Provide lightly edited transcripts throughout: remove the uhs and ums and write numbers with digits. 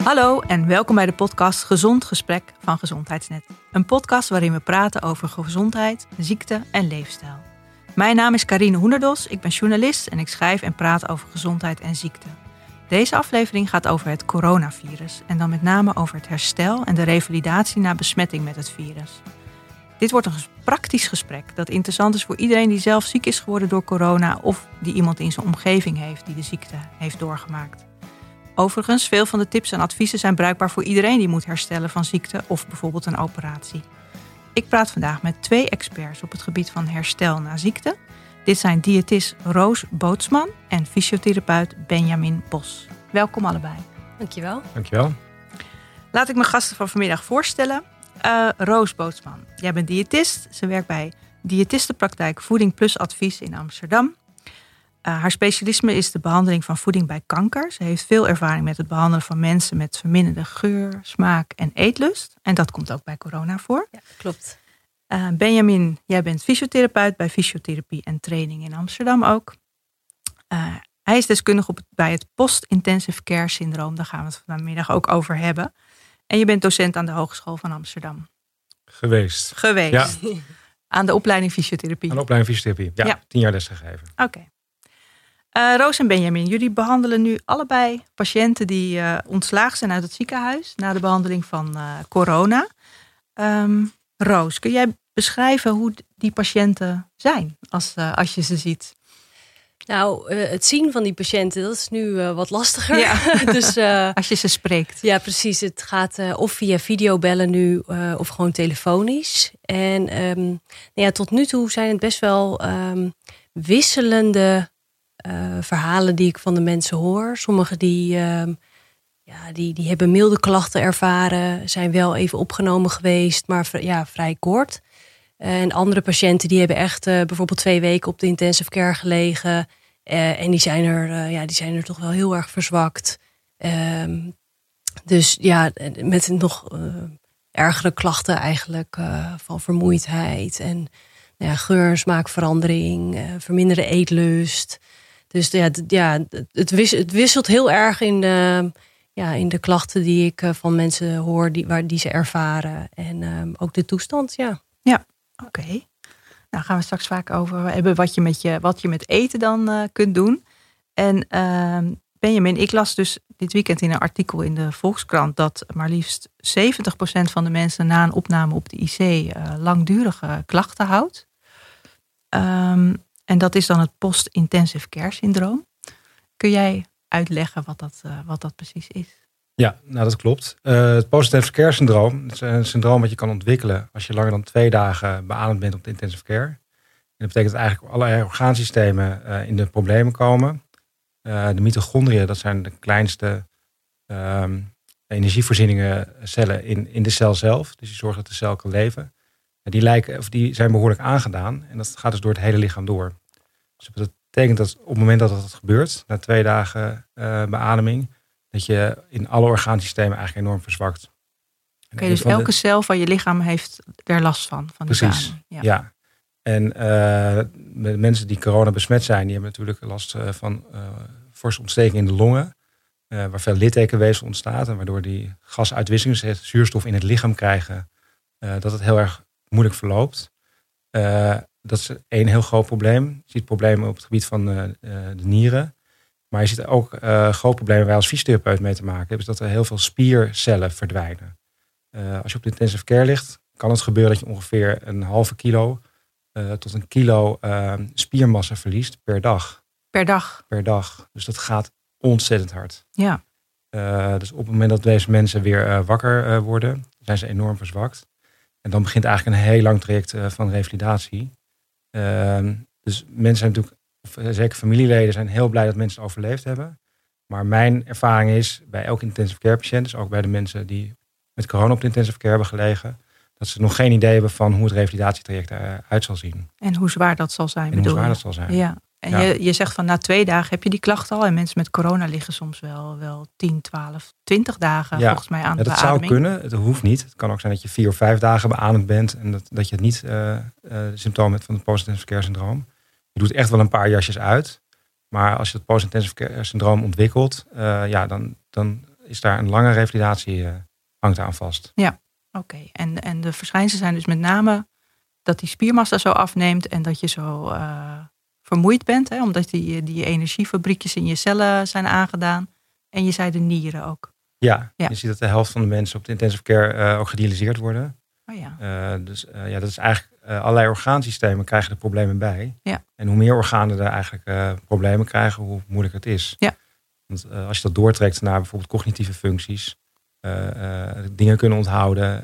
Hallo en welkom bij de podcast Gezond Gesprek van Gezondheidsnet. Een podcast waarin we praten over gezondheid, ziekte en leefstijl. Mijn naam is Carine Hoenderdos, ik ben journalist en ik schrijf en praat over gezondheid en ziekte. Deze aflevering gaat over het coronavirus en dan met name over het herstel en de revalidatie na besmetting met het virus. Dit wordt een praktisch gesprek dat interessant is voor iedereen die zelf ziek is geworden door corona of die iemand in zijn omgeving heeft die de ziekte heeft doorgemaakt. Overigens, veel van de tips en adviezen zijn bruikbaar voor iedereen die moet herstellen van ziekte of bijvoorbeeld een operatie. Ik praat vandaag met 2 experts op het gebied van herstel na ziekte. Dit zijn diëtist Roos Bootsman en fysiotherapeut Benjamin Bos. Welkom allebei. Dankjewel. Dankjewel. Laat ik mijn gasten van vanmiddag voorstellen. Roos Bootsman, jij bent diëtist. Ze werkt bij Diëtistenpraktijk Voeding Plus Advies in Amsterdam. Haar specialisme is de behandeling van voeding bij kanker. Ze heeft veel ervaring met het behandelen van mensen met verminderde geur, smaak en eetlust. En dat komt ook bij corona voor. Ja, klopt. Benjamin, jij bent fysiotherapeut bij Fysiotherapie en Training in Amsterdam ook. Hij is deskundig bij het Post-Intensive Care Syndroom. Daar gaan we het vanmiddag ook over hebben. En je bent docent aan de Hogeschool van Amsterdam. Geweest. Ja. Aan de opleiding fysiotherapie. Aan de opleiding fysiotherapie. Ja. 10 jaar les gegeven. Oké. Roos en Benjamin, jullie behandelen nu allebei patiënten die ontslagen zijn uit het ziekenhuis na de behandeling van corona. Roos, kun jij beschrijven hoe die patiënten zijn als je ze ziet? Nou, het zien van die patiënten, dat is nu wat lastiger. Ja. Dus, als je ze spreekt. Ja, precies. Het gaat of via videobellen nu of gewoon telefonisch. En tot nu toe zijn het best wel wisselende verhalen die ik van de mensen hoor. Sommigen die hebben milde klachten ervaren, zijn wel even opgenomen geweest, maar vrij kort. En andere patiënten die hebben echt bijvoorbeeld 2 weken op de intensive care gelegen. En die zijn er toch wel heel erg verzwakt. Dus ja, met nog ergere klachten eigenlijk van vermoeidheid en geur- en smaakverandering, verminderde eetlust. Dus het wisselt heel erg in de klachten die ik van mensen hoor, die ze ervaren. En ook de toestand, ja. Ja, oké. Nou gaan we straks vaak over hebben wat je met eten dan kunt doen. En Benjamin, ik las dus dit weekend in een artikel in de Volkskrant dat maar liefst 70% van de mensen na een opname op de IC langdurige klachten houdt. En dat is dan het Post-Intensive Care Syndroom. Kun jij uitleggen wat dat precies is? Ja, nou dat klopt. Het Post-Intensive Care Syndroom is een syndroom wat je kan ontwikkelen als je langer dan 2 dagen beademd bent op de intensive care. En dat betekent dat eigenlijk allerlei orgaansystemen in de problemen komen. De mitochondriën, dat zijn de kleinste energievoorzieningen cellen in de cel zelf. Dus die zorgen dat de cel kan leven. Die zijn behoorlijk aangedaan en dat gaat dus door het hele lichaam door. Dus dat betekent dat op het moment dat dat gebeurt, na 2 dagen beademing, dat je in alle orgaansystemen eigenlijk enorm verzwakt. Oké, dus elke cel van je lichaam heeft er last van Precies, die beademing. Ja. En de mensen die corona besmet zijn, die hebben natuurlijk last van forse ontsteking in de longen. Waar veel littekenweefsel ontstaat en waardoor die gasuitwisseling, dus zuurstof in het lichaam krijgen, dat het heel erg moeilijk verloopt. Dat is één heel groot probleem. Je ziet problemen op het gebied van de nieren. Maar je ziet ook groot problemen waar wij als fysiotherapeut mee te maken hebben. Is dat er heel veel spiercellen verdwijnen. Als je op de intensive care ligt, kan het gebeuren dat je ongeveer een halve kilo tot 1 kilo spiermassa verliest per dag. Per dag. Dus dat gaat ontzettend hard. Ja. Dus op het moment dat deze mensen weer wakker worden, zijn ze enorm verzwakt. En dan begint eigenlijk een heel lang traject van revalidatie. Dus mensen zijn natuurlijk, of zeker familieleden, zijn heel blij dat mensen het overleefd hebben. Maar mijn ervaring is bij elke intensive care patiënt, dus ook bij de mensen die met corona op de intensive care hebben gelegen, dat ze nog geen idee hebben van hoe het revalidatietraject eruit zal zien. En hoe zwaar dat zal zijn. Dat zal zijn. Ja. En ja. Je zegt van na 2 dagen heb je die klachten al. En mensen met corona liggen soms wel 10, 12, 20 dagen volgens mij aan de beademing. Dat zou kunnen. Het hoeft niet. Het kan ook zijn dat je 4 of 5 dagen beademd bent. En dat je het niet de symptomen hebt van het post-intensive care syndroom. Je doet echt wel een paar jasjes uit. Maar als je het post-intensive care syndroom ontwikkelt, dan is daar een lange revalidatie hangt aan vast. Ja, oké. En de verschijnselen zijn dus met name dat die spiermassa zo afneemt en dat je zo vermoeid bent. Hè, omdat die energiefabriekjes in je cellen zijn aangedaan. En je zei de nieren ook. Ja, je ziet dat de helft van de mensen op de intensive care ook gedialyseerd worden. Oh ja. Dat is eigenlijk allerlei orgaansystemen krijgen er problemen bij. Ja. En hoe meer organen er eigenlijk problemen krijgen, hoe moeilijker het is. Ja. Want als je dat doortrekt naar bijvoorbeeld cognitieve functies, dingen kunnen onthouden,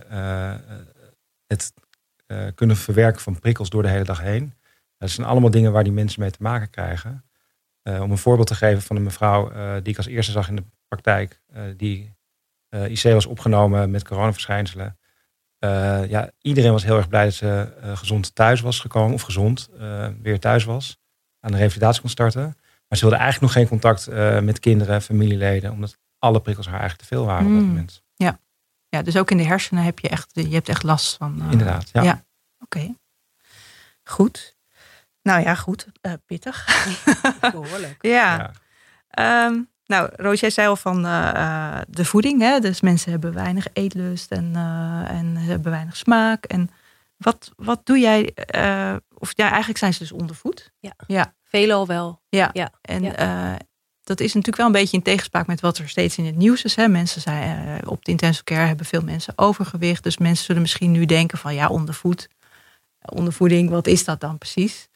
het kunnen verwerken van prikkels door de hele dag heen. Dat zijn allemaal dingen waar die mensen mee te maken krijgen. Om een voorbeeld te geven van een mevrouw die ik als eerste zag in de praktijk, die IC was opgenomen met coronaverschijnselen. Iedereen was heel erg blij dat ze gezond thuis was gekomen, of gezond weer thuis was, aan de revalidatie kon starten. Maar ze wilde eigenlijk nog geen contact met kinderen, familieleden, omdat alle prikkels haar eigenlijk te veel waren op dat moment. Ja, dus ook in de hersenen heb je hebt echt last van. Inderdaad, ja. Oké. Goed. Nou ja, goed. Pittig. Behoorlijk. Ja. Nou, Roos, jij zei al van de voeding. Hè? Dus mensen hebben weinig eetlust en hebben weinig smaak. En wat doe jij? Eigenlijk zijn ze dus ondervoed. Ja. Veelal wel. Ja. En dat is natuurlijk wel een beetje in tegenspraak met wat er steeds in het nieuws is. Hè? Mensen zijn op de intensive care hebben veel mensen overgewicht. Dus mensen zullen misschien nu denken van ondervoeding, wat is dat dan precies?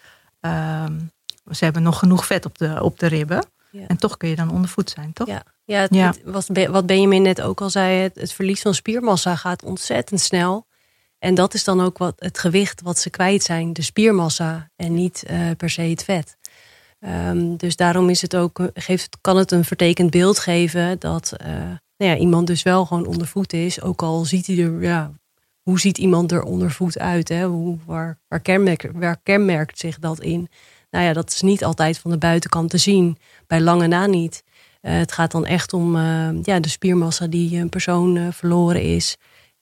Ze hebben nog genoeg vet op de ribben. Ja. En toch kun je dan ondervoed zijn, toch? Wat Benjamin net ook al zei, het verlies van spiermassa gaat ontzettend snel. En dat is dan ook het gewicht wat ze kwijt zijn, de spiermassa en niet per se het vet. Dus daarom is het ook, kan het een vertekend beeld geven dat iemand dus wel gewoon ondervoed is. Ook al ziet hij er, hoe ziet iemand er ondervoed uit? Hè? Waar kenmerkt zich dat in? Nou ja, dat is niet altijd van de buitenkant te zien. Bij lange na niet. Het gaat dan echt om de spiermassa die een persoon verloren is.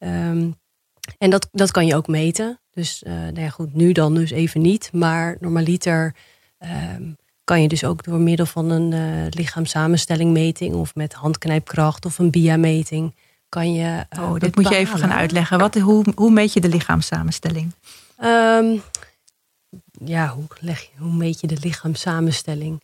En dat kan je ook meten. Dus goed, nu dan dus even niet. Maar normaliter kan je dus ook door middel van een lichaamssamenstellingmeting of met handknijpkracht of een BIA-meting kan je dit moet je even gaan uitleggen. Hoe meet je de lichaamssamenstelling? Hoe meet je de lichaamssamenstelling?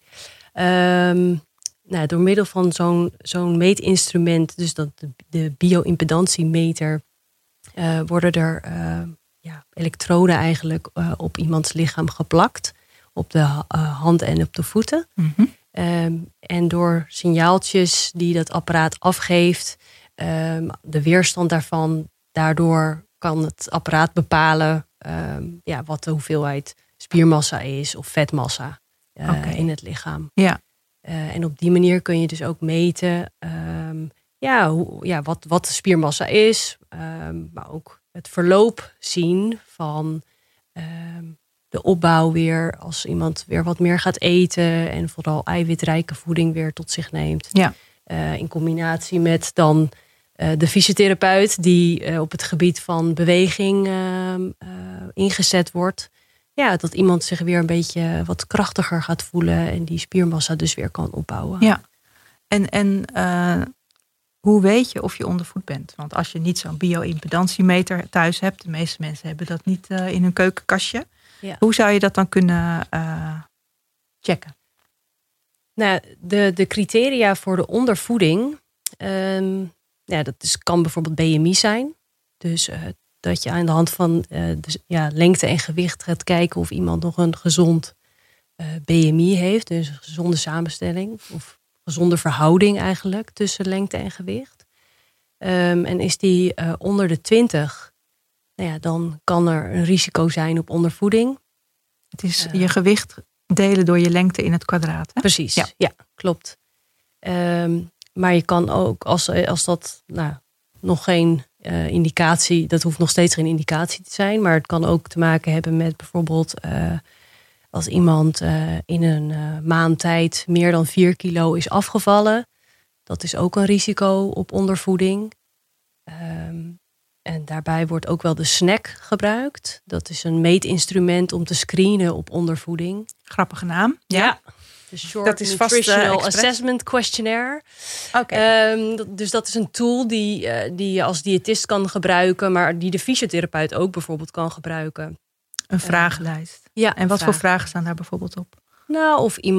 Door middel van zo'n meetinstrument, dus de bio-impedantiemeter, worden er elektroden eigenlijk op iemands lichaam geplakt. Op de hand en op de voeten. Mm-hmm. En door signaaltjes die dat apparaat afgeeft, de weerstand daarvan, daardoor kan het apparaat bepalen wat de hoeveelheid spiermassa is of vetmassa in het lichaam. Ja. En op die manier kun je dus ook meten wat de spiermassa is, maar ook het verloop zien van de opbouw weer als iemand weer wat meer gaat eten en vooral eiwitrijke voeding weer tot zich neemt. Ja. In combinatie met dan de fysiotherapeut die op het gebied van beweging ingezet wordt. Ja, dat iemand zich weer een beetje wat krachtiger gaat voelen en die spiermassa dus weer kan opbouwen. Ja. En hoe weet je of je ondervoed bent? Want als je niet zo'n bio-impedantiemeter thuis hebt, de meeste mensen hebben dat niet in hun keukenkastje. Ja. Hoe zou je dat dan kunnen checken? Nou, de criteria voor de ondervoeding, kan bijvoorbeeld BMI zijn. Dus dat je aan de hand van lengte en gewicht gaat kijken of iemand nog een gezond BMI heeft. Dus een gezonde samenstelling of gezonde verhouding eigenlijk tussen lengte en gewicht. En is die onder de 20, dan kan er een risico zijn op ondervoeding. Het is je gewicht delen door je lengte in het kwadraat. Hè? Precies, ja klopt. Maar je kan ook, als dat nog geen indicatie, dat hoeft nog steeds geen indicatie te zijn, maar het kan ook te maken hebben met bijvoorbeeld als iemand in een maand tijd meer dan 4 kilo is afgevallen. Dat is ook een risico op ondervoeding. En daarbij wordt ook wel de SNAC gebruikt. Dat is een meetinstrument om te screenen op ondervoeding. Grappige naam. Ja. de Short Dat is vast, Nutritional expres. Assessment Questionnaire. Oké. Dus dat is een tool die je als diëtist kan gebruiken, maar die de fysiotherapeut ook bijvoorbeeld kan gebruiken. Een vragenlijst. Ja, En wat voor vragen staan daar bijvoorbeeld op? Nou,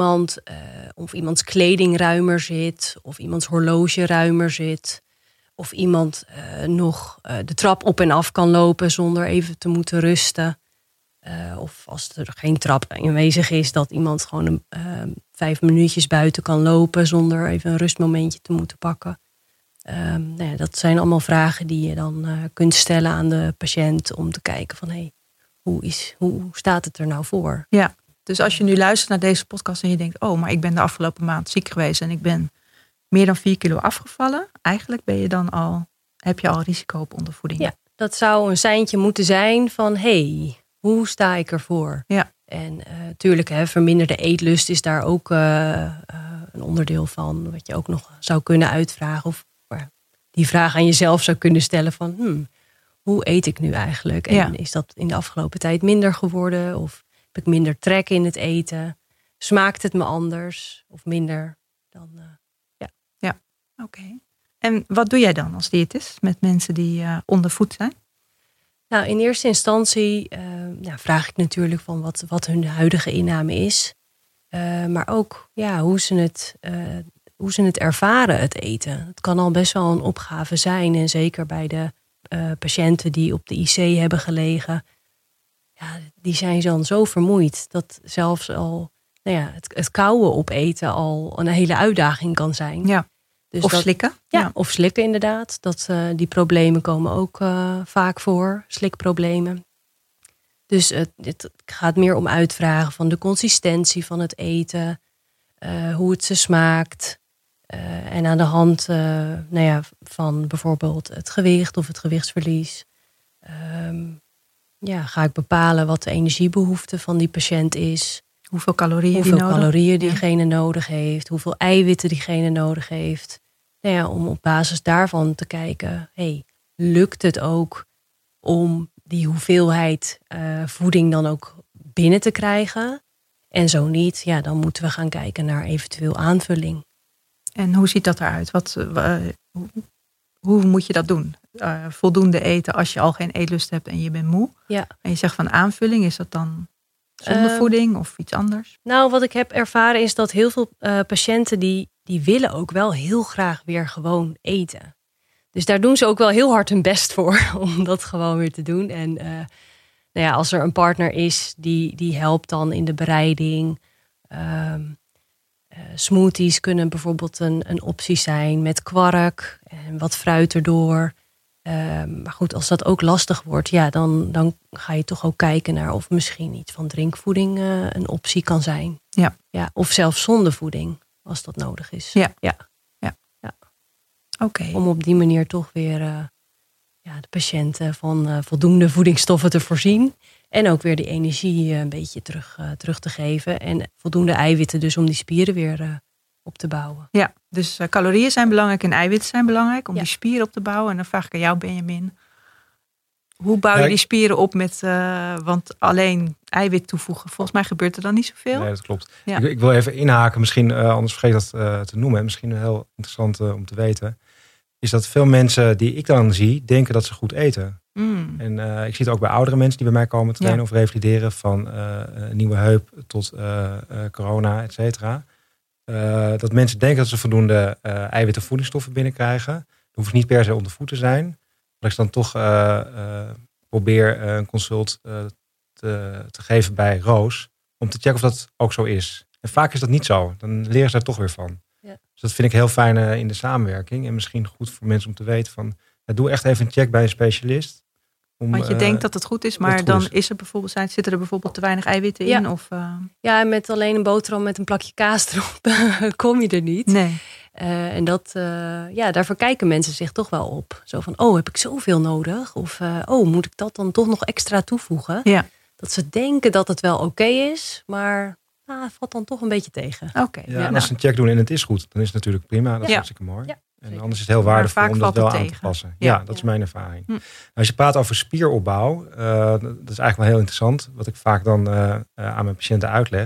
of iemands kleding ruimer zit, of iemands horloge ruimer zit, of iemand nog de trap op en af kan lopen zonder even te moeten rusten. Of als er geen trap aanwezig is, dat iemand gewoon 5 minuutjes buiten kan lopen zonder even een rustmomentje te moeten pakken. Dat zijn allemaal vragen die je dan kunt stellen aan de patiënt om te kijken van hoe staat het er nou voor? Ja, dus als je nu luistert naar deze podcast en je denkt, oh, maar ik ben de afgelopen maand ziek geweest en ik ben meer dan 4 kilo afgevallen. Eigenlijk heb je al risico op ondervoeding. Ja, dat zou een seintje moeten zijn van hoe sta ik ervoor? Ja. En natuurlijk, verminderde eetlust is daar ook een onderdeel van. Wat je ook nog zou kunnen uitvragen. Of die vraag aan jezelf zou kunnen stellen van hoe eet ik nu eigenlijk? En is dat in de afgelopen tijd minder geworden? Of heb ik minder trek in het eten? Smaakt het me anders of minder dan? Ja, oké. En wat doe jij dan als diëtist met mensen die ondervoed zijn? Nou, in eerste instantie vraag ik natuurlijk van wat hun huidige inname is. Maar ook hoe ze het ervaren, het eten. Het kan al best wel een opgave zijn. En zeker bij de patiënten die op de IC hebben gelegen. Ja, die zijn dan zo vermoeid dat zelfs al het kauwen opeten al een hele uitdaging kan zijn. Ja. Dus of slikken. Ja, of slikken inderdaad. Die problemen komen ook vaak voor. Slikproblemen. Dus het gaat meer om uitvragen van de consistentie van het eten. Hoe het ze smaakt. En aan de hand van bijvoorbeeld het gewicht of het gewichtsverlies. Ga ik bepalen wat de energiebehoefte van die patiënt is. Hoeveel calorieën diegene nodig heeft. Hoeveel eiwitten diegene nodig heeft. Om op basis daarvan te kijken, lukt het ook om die hoeveelheid voeding dan ook binnen te krijgen? En zo niet, dan moeten we gaan kijken naar eventueel aanvulling. En hoe ziet dat eruit? Hoe moet je dat doen? Voldoende eten als je al geen eetlust hebt en je bent moe? Ja. En je zegt van aanvulling, is dat dan zonder voeding of iets anders? Nou, wat ik heb ervaren is dat heel veel patiënten die willen ook wel heel graag weer gewoon eten. Dus daar doen ze ook wel heel hard hun best voor om dat gewoon weer te doen. En als er een partner is die helpt dan in de bereiding. Smoothies kunnen bijvoorbeeld een optie zijn met kwark en wat fruit erdoor. Maar goed, als dat ook lastig wordt, dan ga je toch ook kijken naar of misschien iets van drinkvoeding een optie kan zijn. Ja. Of zelfs zonder voeding, als dat nodig is. Ja. Okay. Om op die manier toch weer de patiënten van voldoende voedingsstoffen te voorzien. En ook weer die energie een beetje terug te geven. En voldoende eiwitten dus om die spieren weer op te bouwen. Ja, dus calorieën zijn belangrijk en eiwitten zijn belangrijk om die spieren op te bouwen. En dan vraag ik aan jou, Benjamin. Hoe bouw je die spieren op want alleen eiwit toevoegen, volgens mij gebeurt er dan niet zoveel. Nee, dat klopt. Ja. Ik wil even inhaken, misschien anders vergeet ik dat te noemen. Misschien heel interessant om te weten. Is dat veel mensen die ik dan zie, denken dat ze goed eten. En ik zie het ook bij oudere mensen die bij mij komen trainen of revalideren. Van nieuwe heup tot corona, et cetera. Dat mensen denken dat ze voldoende eiwitten en voedingsstoffen binnenkrijgen. Dat hoeft niet per se ondervoed te zijn. Dat ik dan toch probeer een consult te geven bij Roos. Om te checken of dat ook zo is. En vaak is dat niet zo. Dan leren ze daar toch weer van. Ja. Dus dat vind ik heel fijn in de samenwerking. En misschien goed voor mensen om te weten van... doe echt even een check bij een specialist. Want je denkt dat het goed is, maar dan zitten er bijvoorbeeld te weinig eiwitten in? Of, Ja, met alleen een boterham met een plakje kaas erop kom je er niet. Nee. En daar verkijken mensen zich toch wel op. Zo van, heb ik zoveel nodig? Of moet ik dat dan toch nog extra toevoegen? Ja. Dat ze denken dat het wel oké is, maar het valt dan toch een beetje tegen. Okay. En als ze een check doen en het is goed, dan is het natuurlijk prima. Dat is hartstikke mooi. Ja. En anders is het heel waardevol om dat wel aan te passen. Ja, dat is mijn ervaring. Als je praat over spieropbouw, dat is eigenlijk wel heel interessant. Wat ik vaak dan aan mijn patiënten uitleg,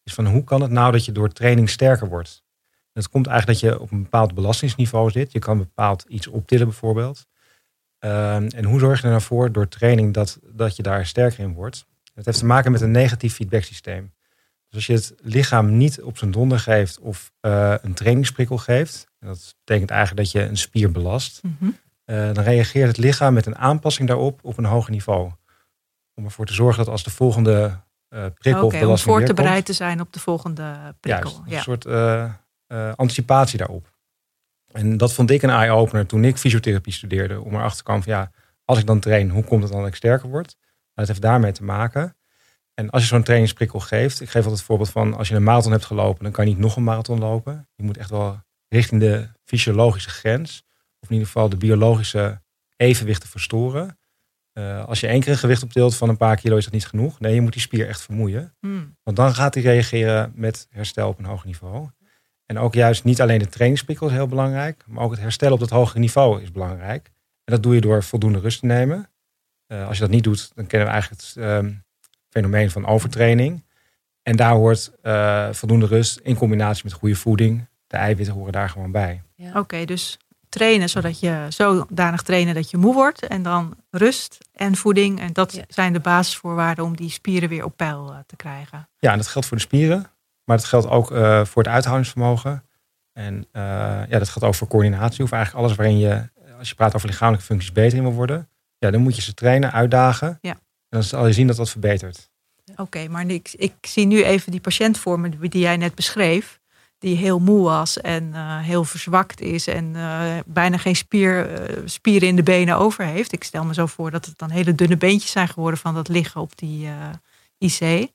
is van hoe kan het nou dat je door training sterker wordt? Dat komt eigenlijk dat je op een bepaald belastingsniveau zit. Je kan bepaald iets optillen bijvoorbeeld. En hoe zorg je er nou voor door training dat je daar sterker in wordt? Het heeft te maken met een negatief feedback systeem. Dus als je het lichaam niet op zijn donder geeft of een trainingsprikkel geeft. En dat betekent eigenlijk dat je een spier belast. Mm-hmm. Dan reageert het lichaam met een aanpassing daarop op een hoger niveau. Om ervoor te zorgen dat als de volgende prikkel of belasting om voor te komt, bereid te zijn op de volgende prikkel. Juist, een soort anticipatie daarop. En dat vond ik een eye-opener toen ik fysiotherapie studeerde. Om erachter te komen van als ik dan train, hoe komt het dan dat ik sterker word? Dat heeft daarmee te maken. En als je zo'n trainingsprikkel geeft, ik geef altijd het voorbeeld van als je een marathon hebt gelopen, dan kan je niet nog een marathon lopen. Je moet echt wel richting de fysiologische grens, of in ieder geval de biologische evenwichten verstoren. Als je 1 keer een gewicht optilt van een paar kilo, is dat niet genoeg. Nee, je moet die spier echt vermoeien. Want dan gaat hij reageren met herstel op een hoger niveau. En ook juist niet alleen de trainingsprikkel is heel belangrijk, maar ook het herstel op dat hogere niveau is belangrijk. En dat doe je door voldoende rust te nemen. Als je dat niet doet, dan kennen we eigenlijk het fenomeen van overtraining. En daar hoort voldoende rust in combinatie met goede voeding. De eiwitten horen daar gewoon bij. Ja. Oké, dus trainen zodat je zodanig trainen dat je moe wordt. En dan rust en voeding. En dat zijn de basisvoorwaarden om die spieren weer op peil te krijgen. Ja, en dat geldt voor de spieren. Maar dat geldt ook voor het uithoudingsvermogen. En dat geldt ook voor coördinatie. Of eigenlijk alles waarin je, als je praat over lichamelijke functies, beter in wil worden. Ja, dan moet je ze trainen, uitdagen. Ja. En dan zal je zien dat dat verbetert. Oké, maar ik zie nu even die patiënt voor me die jij net beschreef. Die heel moe was en heel verzwakt is. En bijna geen spieren in de benen over heeft. Ik stel me zo voor dat het dan hele dunne beentjes zijn geworden van dat liggen op die IC.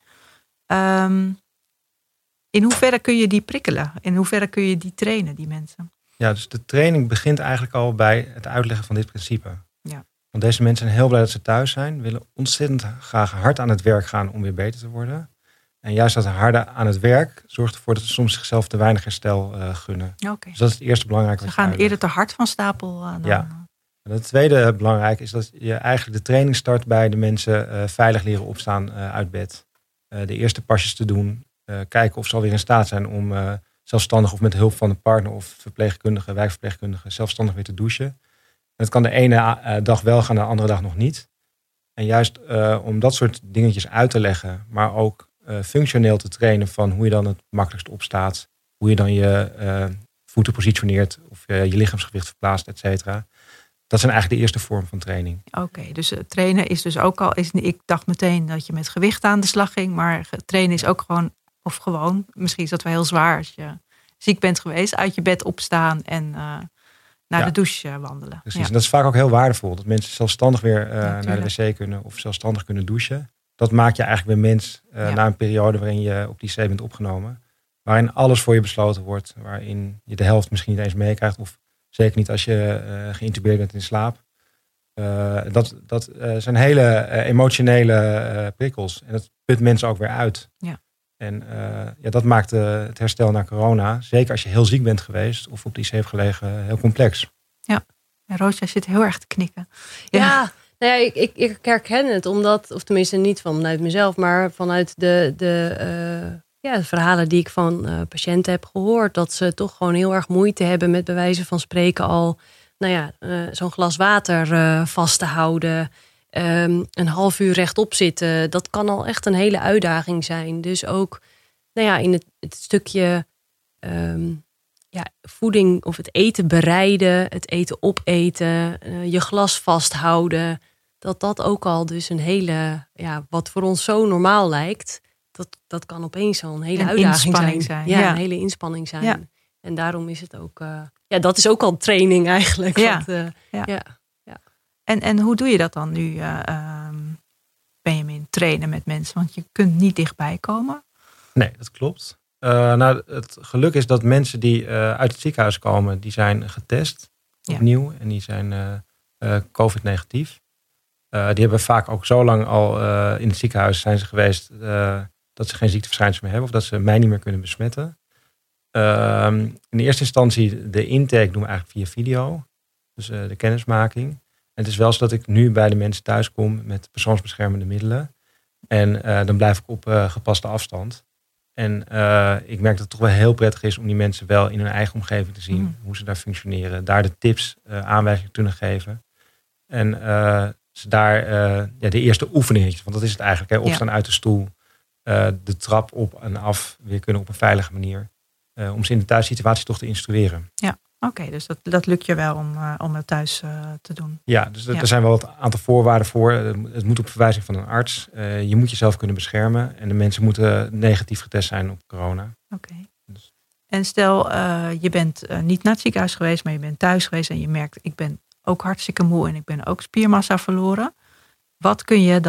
In hoeverre kun je die prikkelen? In hoeverre kun je die trainen, die mensen? Ja, dus de training begint eigenlijk al bij het uitleggen van dit principe. Ja. Want deze mensen zijn heel blij dat ze thuis zijn. Willen ontzettend graag hard aan het werk gaan om weer beter te worden. En juist dat harde aan het werk zorgt ervoor dat ze soms zichzelf te weinig herstel gunnen. Okay. Dus dat is het eerste belangrijke. Ze gaan eerder te hard van stapel. Ja. En het tweede belangrijk is dat je eigenlijk de training start bij de mensen veilig leren opstaan uit bed. De eerste pasjes te doen. Kijken of ze alweer in staat zijn om zelfstandig of met hulp van een partner of verpleegkundige, wijkverpleegkundige zelfstandig weer te douchen. En dat kan de ene dag wel gaan, de andere dag nog niet. En juist om dat soort dingetjes uit te leggen, maar ook functioneel te trainen van hoe je dan het makkelijkst opstaat. Hoe je dan je voeten positioneert of je lichaamsgewicht verplaatst, et cetera. Dat zijn eigenlijk de eerste vorm van training. Oké, dus trainen is dus ook al... Ik dacht meteen dat je met gewicht aan de slag ging. Maar trainen is ook gewoon... Misschien is dat wel heel zwaar als je ziek bent geweest. Uit je bed opstaan en naar de douche wandelen. Precies, en dat is vaak ook heel waardevol. Dat mensen zelfstandig weer naar de wc kunnen of zelfstandig kunnen douchen. Dat maakt je eigenlijk weer mens na een periode waarin je op die IC bent opgenomen. Waarin alles voor je besloten wordt. Waarin je de helft misschien niet eens meekrijgt. Of zeker niet als je geïntubeerd bent in slaap. Dat zijn hele emotionele prikkels. En dat put mensen ook weer uit. Ja. En dat maakt het herstel na corona, zeker als je heel ziek bent geweest of op de IC heeft gelegen, heel complex. Ja, en Roosja zit heel erg te knikken. Ja, nou ja, ik herken het, omdat, of tenminste niet vanuit mezelf, maar vanuit de verhalen die ik van patiënten heb gehoord, dat ze toch gewoon heel erg moeite hebben met bij wijze van spreken al, zo'n glas water vast te houden. Een half uur rechtop zitten, dat kan al echt een hele uitdaging zijn. Dus ook in het stukje voeding of het eten bereiden, het eten opeten, je glas vasthouden. Dat ook al dus een hele, wat voor ons zo normaal lijkt, dat kan opeens al een hele uitdaging zijn. Ja, een hele inspanning zijn. Ja. En daarom is het ook, dat is ook al training eigenlijk. Ja. En hoe doe je dat dan nu, Benjamin, trainen met mensen? Want je kunt niet dichtbij komen. Nee, dat klopt. Het geluk is dat mensen die uit het ziekenhuis komen, die zijn getest opnieuw. En die zijn COVID-negatief. Die hebben vaak ook zo lang al in het ziekenhuis zijn ze geweest dat ze geen ziekteverschijnselen meer hebben. Of dat ze mij niet meer kunnen besmetten. In de eerste instantie de intake doen we eigenlijk via video. Dus de kennismaking. En het is wel zo dat ik nu bij de mensen thuis kom met persoonsbeschermende middelen. En dan blijf ik op gepaste afstand. En ik merk dat het toch wel heel prettig is om die mensen wel in hun eigen omgeving te zien. Hoe ze daar functioneren. Daar de tips, aanwijzingen kunnen geven. En ze daar de eerste oefeningetjes, want dat is het eigenlijk. Hè, opstaan uit de stoel. De trap op en af weer kunnen op een veilige manier. Om ze in de thuissituatie toch te instrueren. Ja, oké, dus dat lukt je wel om het thuis te doen. Ja, dus er zijn wel een aantal voorwaarden voor. Het moet op verwijzing van een arts. Je moet jezelf kunnen beschermen. En de mensen moeten negatief getest zijn op corona. Oké. Dus. En stel, je bent niet naar het ziekenhuis geweest, maar je bent thuis geweest en je merkt, ik ben ook hartstikke moe en ik ben ook spiermassa verloren. Wat kun jij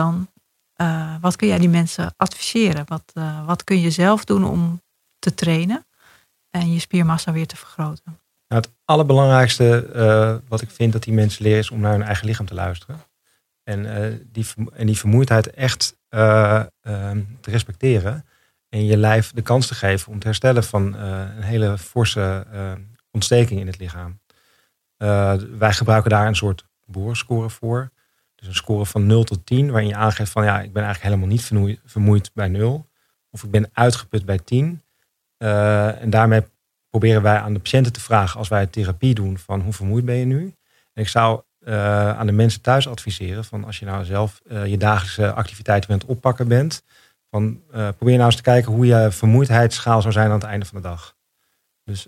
die mensen adviseren? Wat kun je zelf doen om te trainen en je spiermassa weer te vergroten? Nou, het allerbelangrijkste wat ik vind dat die mensen leren is om naar hun eigen lichaam te luisteren. En die vermoeidheid echt te respecteren. En je lijf de kans te geven om te herstellen van een hele forse ontsteking in het lichaam. Wij gebruiken daar een soort boerscore voor. Dus een score van 0 tot 10, waarin je aangeeft van ik ben eigenlijk helemaal niet vermoeid bij 0. Of ik ben uitgeput bij 10. En daarmee proberen wij aan de patiënten te vragen als wij therapie doen van hoe vermoeid ben je nu. En ik zou aan de mensen thuis adviseren van als je nou zelf je dagelijkse activiteiten aan het oppakken bent. Van probeer nou eens te kijken hoe je vermoeidheidsschaal zou zijn aan het einde van de dag. Dus,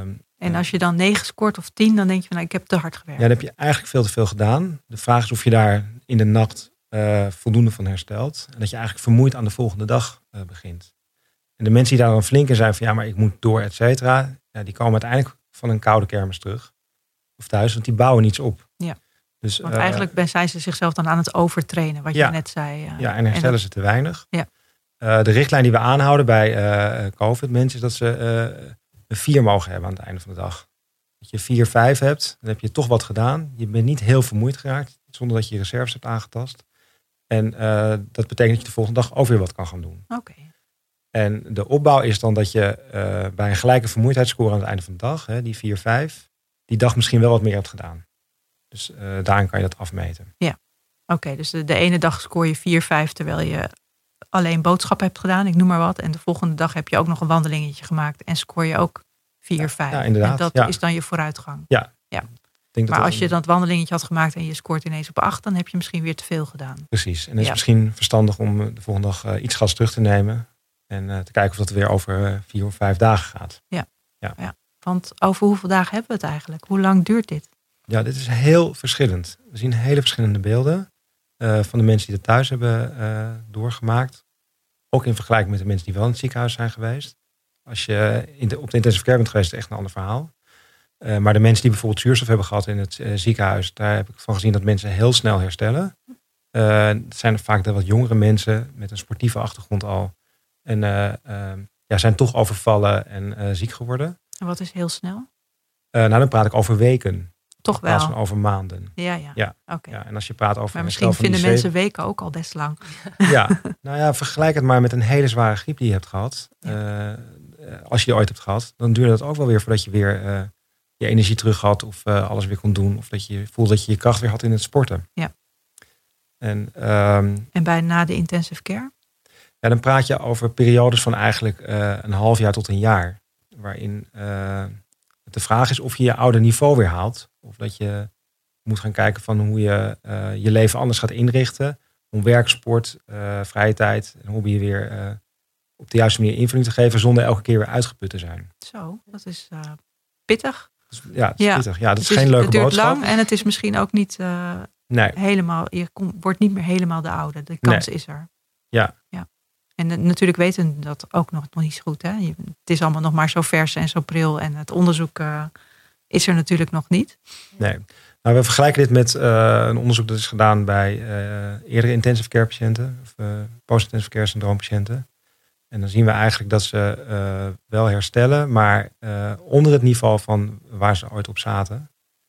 en als je dan 9 scoort of 10, dan denk je van ik heb te hard gewerkt. Ja, dan heb je eigenlijk veel te veel gedaan. De vraag is of je daar in de nacht voldoende van herstelt. En dat je eigenlijk vermoeid aan de volgende dag begint. En de mensen die daar dan flink in zijn van maar ik moet door, et cetera. Ja, die komen uiteindelijk van een koude kermis terug. Of thuis, want die bouwen niets op. Ja. Dus, want eigenlijk zijn ze zichzelf dan aan het overtrainen, wat je net zei. En herstellen ze te weinig. Ja. De richtlijn die we aanhouden bij COVID-mensen is dat ze een 4 mogen hebben aan het einde van de dag. Dat je 4, 5 hebt, dan heb je toch wat gedaan. Je bent niet heel vermoeid geraakt, zonder dat je je reserves hebt aangetast. En dat betekent dat je de volgende dag ook weer wat kan gaan doen. Oké. En de opbouw is dan dat je bij een gelijke vermoeidheidsscore aan het einde van de dag, die 4, 5, die dag misschien wel wat meer hebt gedaan. Dus daarin kan je dat afmeten. Ja, oké. Dus de ene dag scoor je 4, 5 terwijl je alleen boodschappen hebt gedaan, ik noem maar wat. En de volgende dag heb je ook nog een wandelingetje gemaakt en scoor je ook 4, 5. Ja, inderdaad. En dat is dan je vooruitgang. Ja. Maar als je dat wandelingetje had gemaakt en je scoort ineens op 8, dan heb je misschien weer te veel gedaan. Precies. En het is misschien verstandig om de volgende dag iets gas terug te nemen. En te kijken of dat weer over 4 of 5 dagen gaat. Ja. Want over hoeveel dagen hebben we het eigenlijk? Hoe lang duurt dit? Ja, dit is heel verschillend. We zien hele verschillende beelden van de mensen die het thuis hebben doorgemaakt. Ook in vergelijking met de mensen die wel in het ziekenhuis zijn geweest. Als je op de intensive care bent geweest, is het echt een ander verhaal. Maar de mensen die bijvoorbeeld zuurstof hebben gehad in het ziekenhuis, daar heb ik van gezien dat mensen heel snel herstellen. Het zijn vaak de wat jongere mensen met een sportieve achtergrond al. En zijn toch overvallen en ziek geworden. En wat is heel snel? Dan praat ik over weken. Toch wel? In plaats van over maanden. Ja. Okay. Ja, en als je praat over... Maar misschien vinden mensen weken ook al best lang. Ja, vergelijk het maar met een hele zware griep die je hebt gehad. Ja. Als je die ooit hebt gehad, dan duurde dat ook wel weer voordat je weer je energie terug had. Of alles weer kon doen. Of dat je voelde dat je je kracht weer had in het sporten. Ja. En na de intensive care? Ja, dan praat je over periodes van eigenlijk een half jaar tot een jaar. Waarin de vraag is of je je oude niveau weer haalt. Of dat je moet gaan kijken van hoe je je leven anders gaat inrichten. Om werk, sport, vrije tijd en hobby weer op de juiste manier invulling te geven. Zonder elke keer weer uitgeput te zijn. Zo, dat is pittig. Dus, het is pittig. Ja, dat is geen leuke boodschap. Het duurt lang en het is misschien ook niet helemaal... Je wordt niet meer helemaal de oude. De kans is er. Ja. En natuurlijk weten we dat ook nog niet zo goed. Hè? Het is allemaal nog maar zo vers en zo pril. En het onderzoek is er natuurlijk nog niet. Nee. Nou, we vergelijken dit met een onderzoek dat is gedaan bij eerdere intensive care patiënten. Of post-intensive care syndroom patiënten. En dan zien we eigenlijk dat ze wel herstellen. Maar onder het niveau van waar ze ooit op zaten.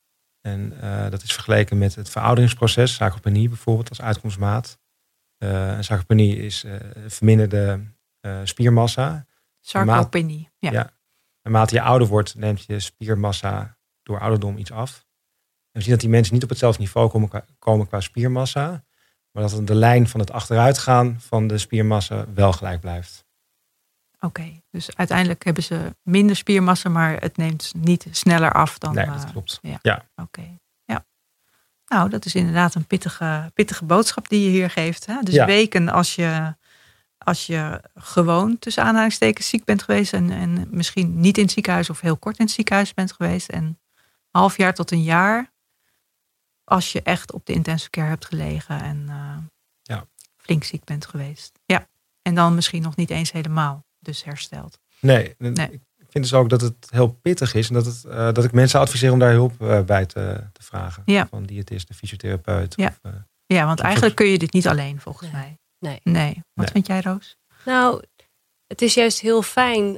En dat is vergeleken met het verouderingsproces. Sarcopenie bijvoorbeeld als uitkomstmaat. En sarcopenie is verminderde spiermassa. Sarcopenie, ja. Naarmate je ouder wordt, neemt je spiermassa door ouderdom iets af. En we zien dat die mensen niet op hetzelfde niveau komen qua spiermassa. Maar dat de lijn van het achteruitgaan van de spiermassa wel gelijk blijft. Oké. Dus uiteindelijk hebben ze minder spiermassa, maar het neemt niet sneller af dan... Nee, dat klopt. Ja. Ja. Oké. Ja. Nou, dat is inderdaad een pittige boodschap die je hier geeft. Hè? Dus Ja. weken als je gewoon tussen aanhalingstekens ziek bent geweest en misschien niet in het ziekenhuis of heel kort in het ziekenhuis bent geweest. En half jaar tot een jaar als je echt op de intensive care hebt gelegen en flink ziek bent geweest. Ja. En dan misschien nog niet eens helemaal dus hersteld. Nee. Ik vind dus ook dat het heel pittig is. En dat ik mensen adviseer om daar hulp bij te vragen. Ja. Van diëtist, de fysiotherapeut. Ja. Ja, want eigenlijk kun je dit niet alleen volgens mij. Nee. Wat vind jij, Roos? Nou, het is juist heel fijn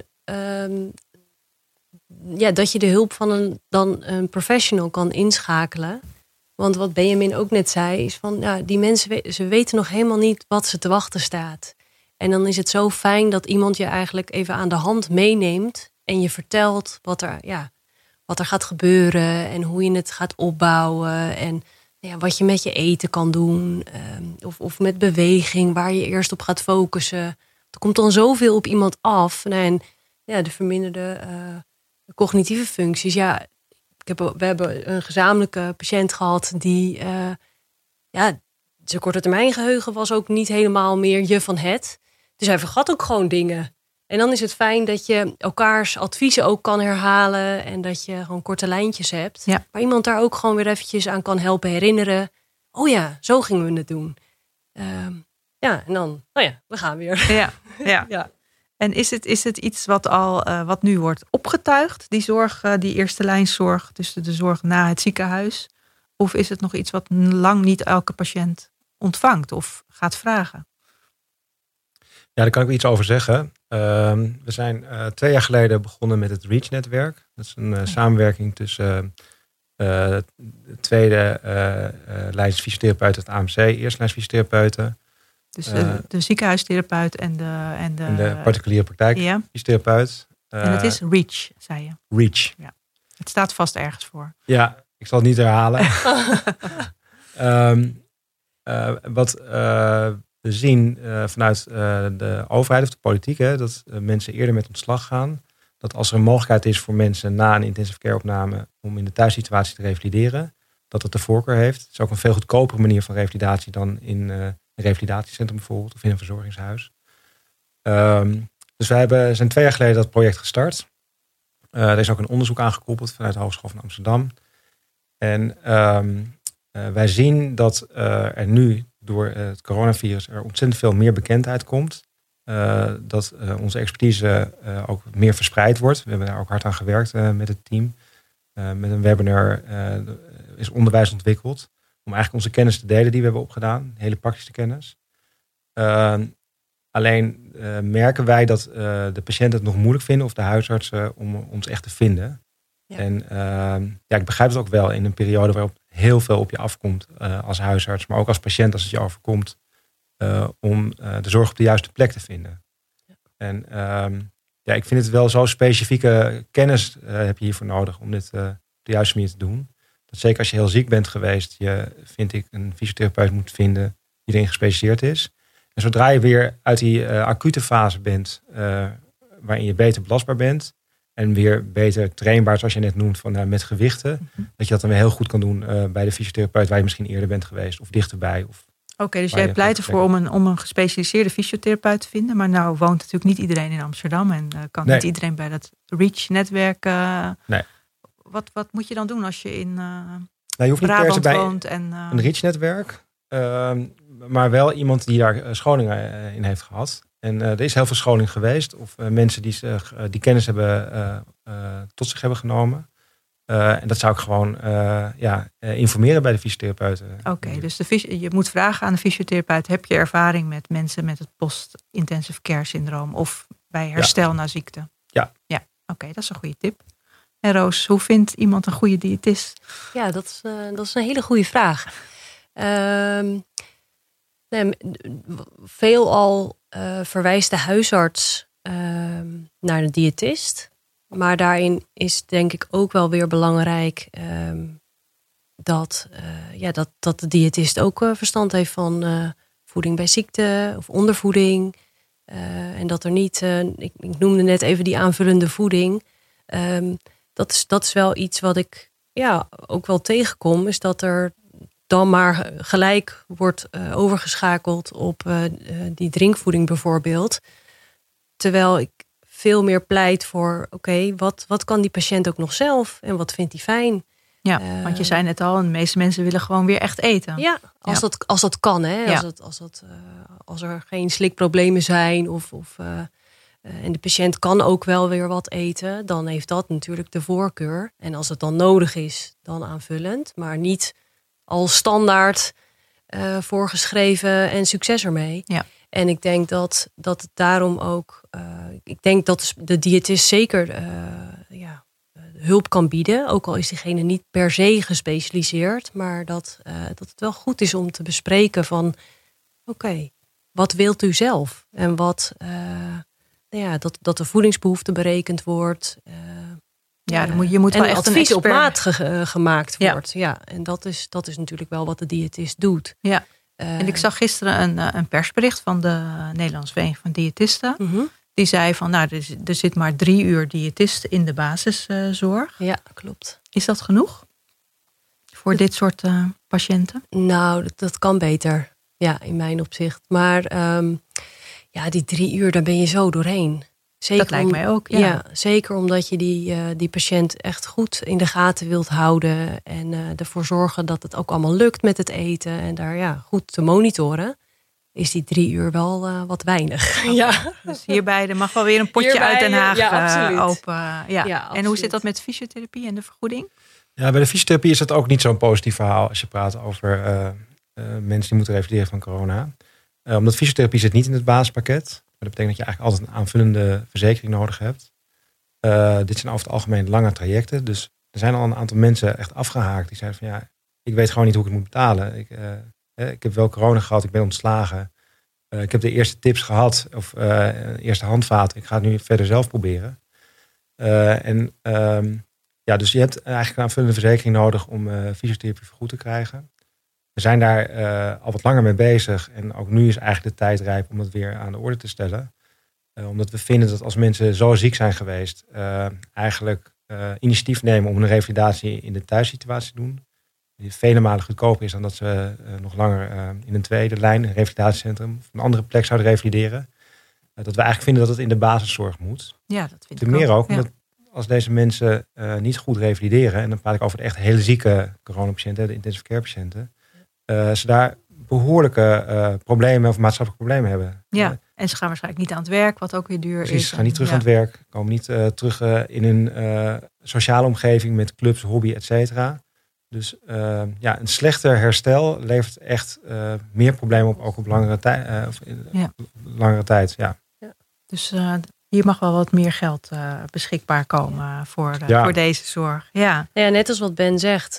dat je de hulp van een professional kan inschakelen. Want wat Benjamin ook net zei, is van die mensen, ze weten nog helemaal niet wat ze te wachten staat. En dan is het zo fijn dat iemand je eigenlijk even aan de hand meeneemt en je vertelt wat er gaat gebeuren en hoe je het gaat opbouwen en wat je met je eten kan doen of met beweging waar je eerst op gaat focussen. Er komt dan zoveel op iemand af. En de verminderde cognitieve functies. Ja, we hebben een gezamenlijke patiënt gehad die zijn korte termijn geheugen was ook niet helemaal meer je van het. Dus hij vergat ook gewoon dingen. En dan is het fijn dat je elkaars adviezen ook kan herhalen en dat je gewoon korte lijntjes hebt. Ja. Waar iemand daar ook gewoon weer eventjes aan kan helpen herinneren. Oh ja, zo gingen we het doen. En dan, we gaan weer. Ja. Ja. En is het iets wat nu wordt opgetuigd, die zorg, die eerste lijnszorg, dus de zorg na het ziekenhuis? Of is het nog iets wat lang niet elke patiënt ontvangt of gaat vragen? Ja, daar kan ik iets over zeggen. We zijn 2 jaar geleden begonnen met het REACH-netwerk. Dat is een samenwerking tussen de tweede lijns fysiotherapeuten, het AMC, eerste lijns fysiotherapeuten. Dus de ziekenhuistherapeut en de particuliere praktijk fysiotherapeut. En het is REACH, zei je. REACH. Ja. Het staat vast ergens voor. Ja, ik zal het niet herhalen. Wat we zien vanuit de overheid of de politiek, dat mensen eerder met ontslag gaan. Dat als er een mogelijkheid is voor mensen na een intensive care opname om in de thuissituatie te revalideren, dat het de voorkeur heeft. Het is ook een veel goedkopere manier van revalidatie dan in een revalidatiecentrum bijvoorbeeld of in een verzorgingshuis. Dus wij zijn 2 jaar geleden dat project gestart. Er is ook een onderzoek aangekoppeld vanuit de Hogeschool van Amsterdam. En wij zien dat er nu door het coronavirus er ontzettend veel meer bekendheid komt. Dat onze expertise ook meer verspreid wordt. We hebben daar ook hard aan gewerkt met het team. Met een webinar is onderwijs ontwikkeld. Om eigenlijk onze kennis te delen die we hebben opgedaan. Hele praktische kennis. Alleen merken wij dat de patiënten het nog moeilijk vinden. Of de huisartsen om ons echt te vinden. Ja. En ik begrijp het ook wel in een periode waarop heel veel op je afkomt als huisarts. Maar ook als patiënt als het je overkomt. Om de zorg op de juiste plek te vinden. Ja. En ik vind het wel zo specifieke kennis heb je hiervoor nodig om dit op de juiste manier te doen. Dat zeker als je heel ziek bent geweest, je, vind ik, een fysiotherapeut moet vinden die erin gespecialiseerd is. En zodra je weer uit die acute fase bent, waarin je beter belastbaar bent en weer beter trainbaar, zoals je net noemt, van, met gewichten, dat je dat dan weer heel goed kan doen bij de fysiotherapeut waar je misschien eerder bent geweest of dichterbij. Oké, dus jij pleit ervoor om een gespecialiseerde fysiotherapeut te vinden. Maar nou woont natuurlijk niet iedereen in Amsterdam. En kan niet iedereen bij dat REACH-netwerk. Nee. Wat moet je dan doen als je in je hoeft Brabant niet per se woont? Een REACH-netwerk. Maar wel iemand die daar scholing in heeft gehad. En er is heel veel scholing geweest. Of mensen die kennis hebben tot zich hebben genomen. En dat zou ik gewoon informeren bij de fysiotherapeuten. Oké, dus je moet vragen aan de fysiotherapeut. Heb je ervaring met mensen met het post-intensive care syndroom? Of bij herstel na ziekte? Ja. Oké, dat is een goede tip. En Roos, hoe vindt iemand een goede diëtist? Ja, dat is een hele goede vraag. Veelal verwijst de huisarts naar de diëtist. Maar daarin is denk ik ook wel weer belangrijk dat de diëtist ook verstand heeft van voeding bij ziekte of ondervoeding. En dat er niet, ik noemde net even die aanvullende voeding. Dat is wel iets wat ik ook wel tegenkom. Is dat er dan maar gelijk wordt overgeschakeld op die drinkvoeding bijvoorbeeld. Terwijl ik veel meer pleit voor, wat kan die patiënt ook nog zelf? En wat vindt hij fijn? Ja, want je zei net al, de meeste mensen willen gewoon weer echt eten. Ja, als dat kan. Hè? Ja. Als er geen slikproblemen zijn en de patiënt kan ook wel weer wat eten, dan heeft dat natuurlijk de voorkeur. En als het dan nodig is, dan aanvullend. Maar niet als standaard voorgeschreven en succes ermee. Ja. En ik denk dat het daarom ook... ik denk dat de diëtist zeker hulp kan bieden. Ook al is diegene niet per se gespecialiseerd. Maar dat het wel goed is om te bespreken van... wat wilt u zelf? En wat... dat de voedingsbehoefte berekend wordt. Je moet wel echt advies een op maat gemaakt wordt. Ja. Ja, en dat is natuurlijk wel wat de diëtist doet. Ja. En ik zag gisteren een persbericht van de Nederlandse Vereniging van Diëtisten. Mm-hmm. Die zei van, er zit maar 3 uur diëtist in de basiszorg. Ja, klopt. Is dat genoeg voor dit soort patiënten? Nou, dat kan beter. Ja, in mijn opzicht. Maar die 3 uur, daar ben je zo doorheen. Zeker dat lijkt mij ook, ja. Zeker omdat je die patiënt echt goed in de gaten wilt houden. En ervoor zorgen dat het ook allemaal lukt met het eten. En daar goed te monitoren. Is die 3 uur wel wat weinig. Ja. Dus hierbij er mag wel weer een potje uit Den Haag open. Ja, en hoe zit dat met fysiotherapie en de vergoeding? Ja, bij de fysiotherapie is dat ook niet zo'n positief verhaal als je praat over mensen die moeten revalideren van corona. Omdat fysiotherapie zit niet in het basispakket. Maar dat betekent dat je eigenlijk altijd een aanvullende verzekering nodig hebt. Dit zijn over het algemeen lange trajecten. Dus er zijn al een aantal mensen echt afgehaakt. Die zeiden van ik weet gewoon niet hoe ik het moet betalen. Ik heb wel corona gehad, ik ben ontslagen. Ik heb de eerste tips gehad, of eerste handvaten. Ik ga het nu verder zelf proberen. Dus je hebt eigenlijk een aanvullende verzekering nodig om fysiotherapie vergoed te krijgen. We zijn daar al wat langer mee bezig. En ook nu is eigenlijk de tijd rijp om dat weer aan de orde te stellen. Omdat we vinden dat als mensen zo ziek zijn geweest, eigenlijk initiatief nemen om een revalidatie in de thuissituatie te doen. Die vele malen goedkoper is dan dat ze nog langer in een tweede lijn, een revalidatiecentrum, of een andere plek zouden revalideren. Dat we eigenlijk vinden dat het in de basiszorg moet. Ja, dat vind ik ook. Meer ook, omdat als deze mensen niet goed revalideren, en dan praat ik over de echt hele zieke coronapatiënten, de intensive care patiënten, ze daar behoorlijke problemen of maatschappelijke problemen hebben. Ja, en ze gaan waarschijnlijk niet aan het werk, wat ook weer duur is. Precies, ze gaan niet terug aan het werk, komen niet terug in een sociale omgeving met clubs, hobby, et cetera. Dus een slechter herstel levert echt meer problemen op, ook op langere tijd. Ja. Dus hier mag wel wat meer geld beschikbaar komen voor deze zorg. Ja. Ja, net als wat Ben zegt,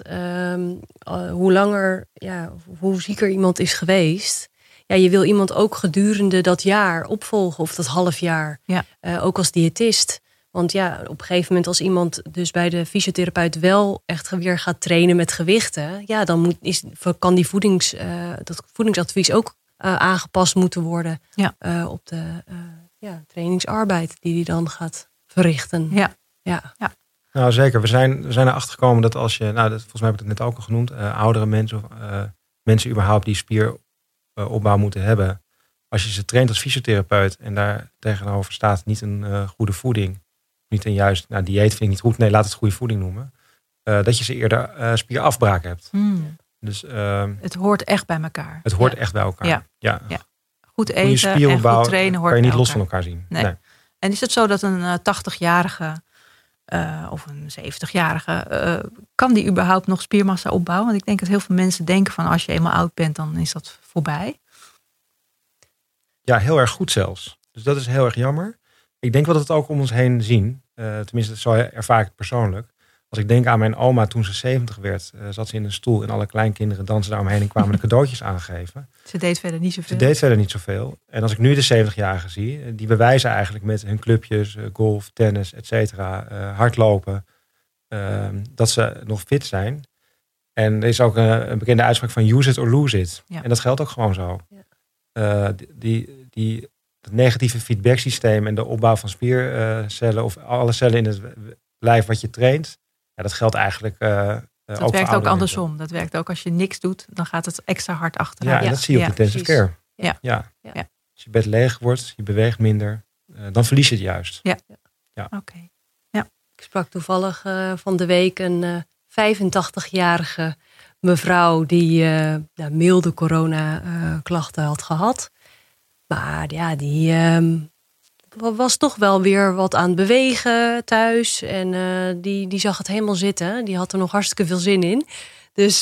hoe zieker iemand is geweest. Ja, je wil iemand ook gedurende dat jaar opvolgen of dat half jaar. Ja. Ook als diëtist. Want op een gegeven moment als iemand dus bij de fysiotherapeut wel echt weer gaat trainen met gewichten. Ja, dan kan die dat voedingsadvies ook aangepast moeten worden op de trainingsarbeid die dan gaat verrichten. Ja. Nou zeker, we zijn erachter gekomen dat als je, volgens mij heb ik het net ook al genoemd, oudere mensen of mensen überhaupt die spieropbouw moeten hebben. Als je ze traint als fysiotherapeut en daar tegenover staat niet een goede voeding. Niet een juist, dieet vind ik niet goed. Nee, laat het goede voeding noemen. Dat je ze eerder spierafbraak hebt. Dus, het hoort echt bij elkaar. Het hoort echt bij elkaar. Ja. Goed eten en goed trainen hoort kan je niet los elkaar. van elkaar zien. Nee. En is het zo dat een 80-jarige of een 70-jarige... kan die überhaupt nog spiermassa opbouwen? Want ik denk dat heel veel mensen denken van als je eenmaal oud bent, dan is dat voorbij. Ja, heel erg goed zelfs. Dus dat is heel erg jammer. Ik denk wel dat we het ook om ons heen zien. Tenminste, zo ervaar ik het persoonlijk. Als ik denk aan mijn oma toen ze 70 werd, zat ze in een stoel en alle kleinkinderen dansen daaromheen en kwamen de cadeautjes aangeven. Ze deed verder niet zoveel. En als ik nu de 70-jarigen zie, die bewijzen eigenlijk met hun clubjes, golf, tennis, et cetera, hardlopen, dat ze nog fit zijn. En er is ook een bekende uitspraak van use it or lose it. Ja. En dat geldt ook gewoon zo. Ja. het negatieve feedbacksysteem en de opbouw van spiercellen of alle cellen in het lijf wat je traint, dat geldt eigenlijk dat ook werkt voor ook andersom. Dat werkt ook als je niks doet, dan gaat het extra hard achteruit. Ja, en dat zie je op intensive care. Ja. Als je bed leeg wordt, je beweegt minder, dan verlies je het juist. Ja. Oké. Ik sprak toevallig van de week een 85-jarige mevrouw die milde corona-klachten had gehad. Maar ja, die was toch wel weer wat aan het bewegen thuis. En die zag het helemaal zitten. Die had er nog hartstikke veel zin in. Dus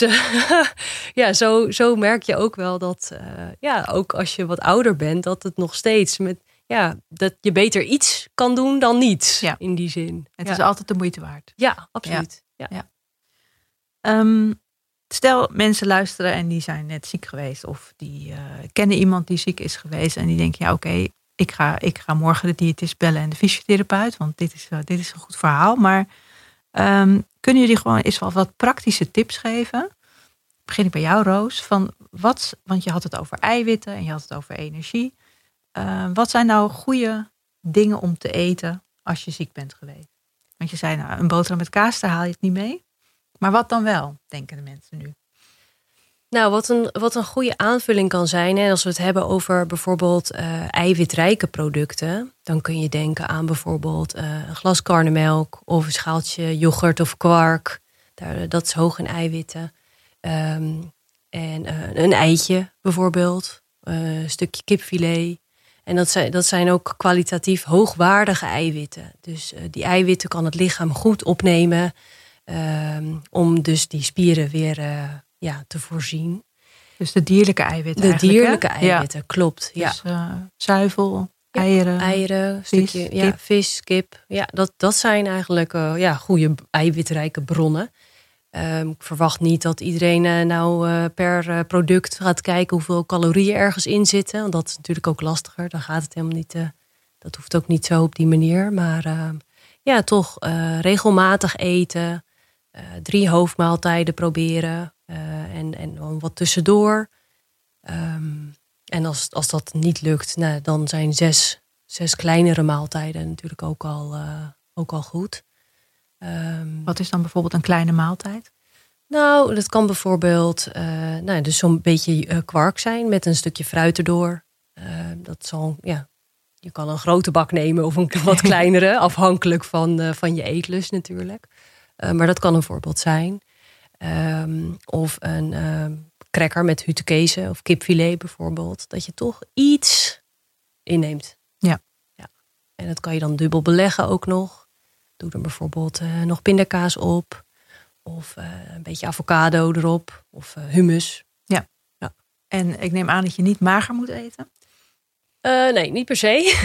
zo merk je ook wel dat, ook als je wat ouder bent, dat het nog steeds dat je beter iets kan doen dan niets in die zin. Het is altijd de moeite waard. Ja, absoluut. Ja. Stel, mensen luisteren en die zijn net ziek geweest. Of die kennen iemand die ziek is geweest. En die denken, oké, ik ga morgen de diëtist bellen en de fysiotherapeut. Want dit is een goed verhaal. Maar kunnen jullie gewoon eens wel wat praktische tips geven? Begin ik bij jou, Roos. Want je had het over eiwitten en je had het over energie. Wat zijn nou goede dingen om te eten als je ziek bent geweest? Want je zei, een boterham met kaas, daar haal je het niet mee. Maar wat dan wel, denken de mensen nu? Nou, wat een goede aanvulling kan zijn, hè, als we het hebben over bijvoorbeeld eiwitrijke producten, dan kun je denken aan bijvoorbeeld een glas karnemelk of een schaaltje yoghurt of kwark. Dat is hoog in eiwitten. En een eitje bijvoorbeeld, een stukje kipfilet. En dat zijn ook kwalitatief hoogwaardige eiwitten. Dus die eiwitten kan het lichaam goed opnemen om dus die spieren weer te voorzien. Dus de dierlijke eiwitten eiwitten, klopt. Dus zuivel, eieren, vis, kip. Ja, dat zijn eigenlijk goede eiwitrijke bronnen. Ik verwacht niet dat iedereen per product gaat kijken hoeveel calorieën ergens in zitten. Want dat is natuurlijk ook lastiger. Dan gaat het helemaal niet. Dat hoeft ook niet zo op die manier. Maar toch regelmatig eten. 3 hoofdmaaltijden proberen. En wat tussendoor. En als dat niet lukt, dan zijn 6 kleinere maaltijden natuurlijk ook al goed. Wat is dan bijvoorbeeld een kleine maaltijd? Nou, dat kan bijvoorbeeld dus zo'n beetje kwark zijn met een stukje fruit erdoor. Dat zal, je kan een grote bak nemen of een wat kleinere, afhankelijk van je eetlust natuurlijk. Maar dat kan een voorbeeld zijn. Of een cracker met hutekezen of kipfilet bijvoorbeeld. Dat je toch iets inneemt. Ja. En dat kan je dan dubbel beleggen ook nog. Doe er bijvoorbeeld nog pindakaas op. Of een beetje avocado erop. Of hummus. Ja. En ik neem aan dat je niet mager moet eten? Nee, niet per se.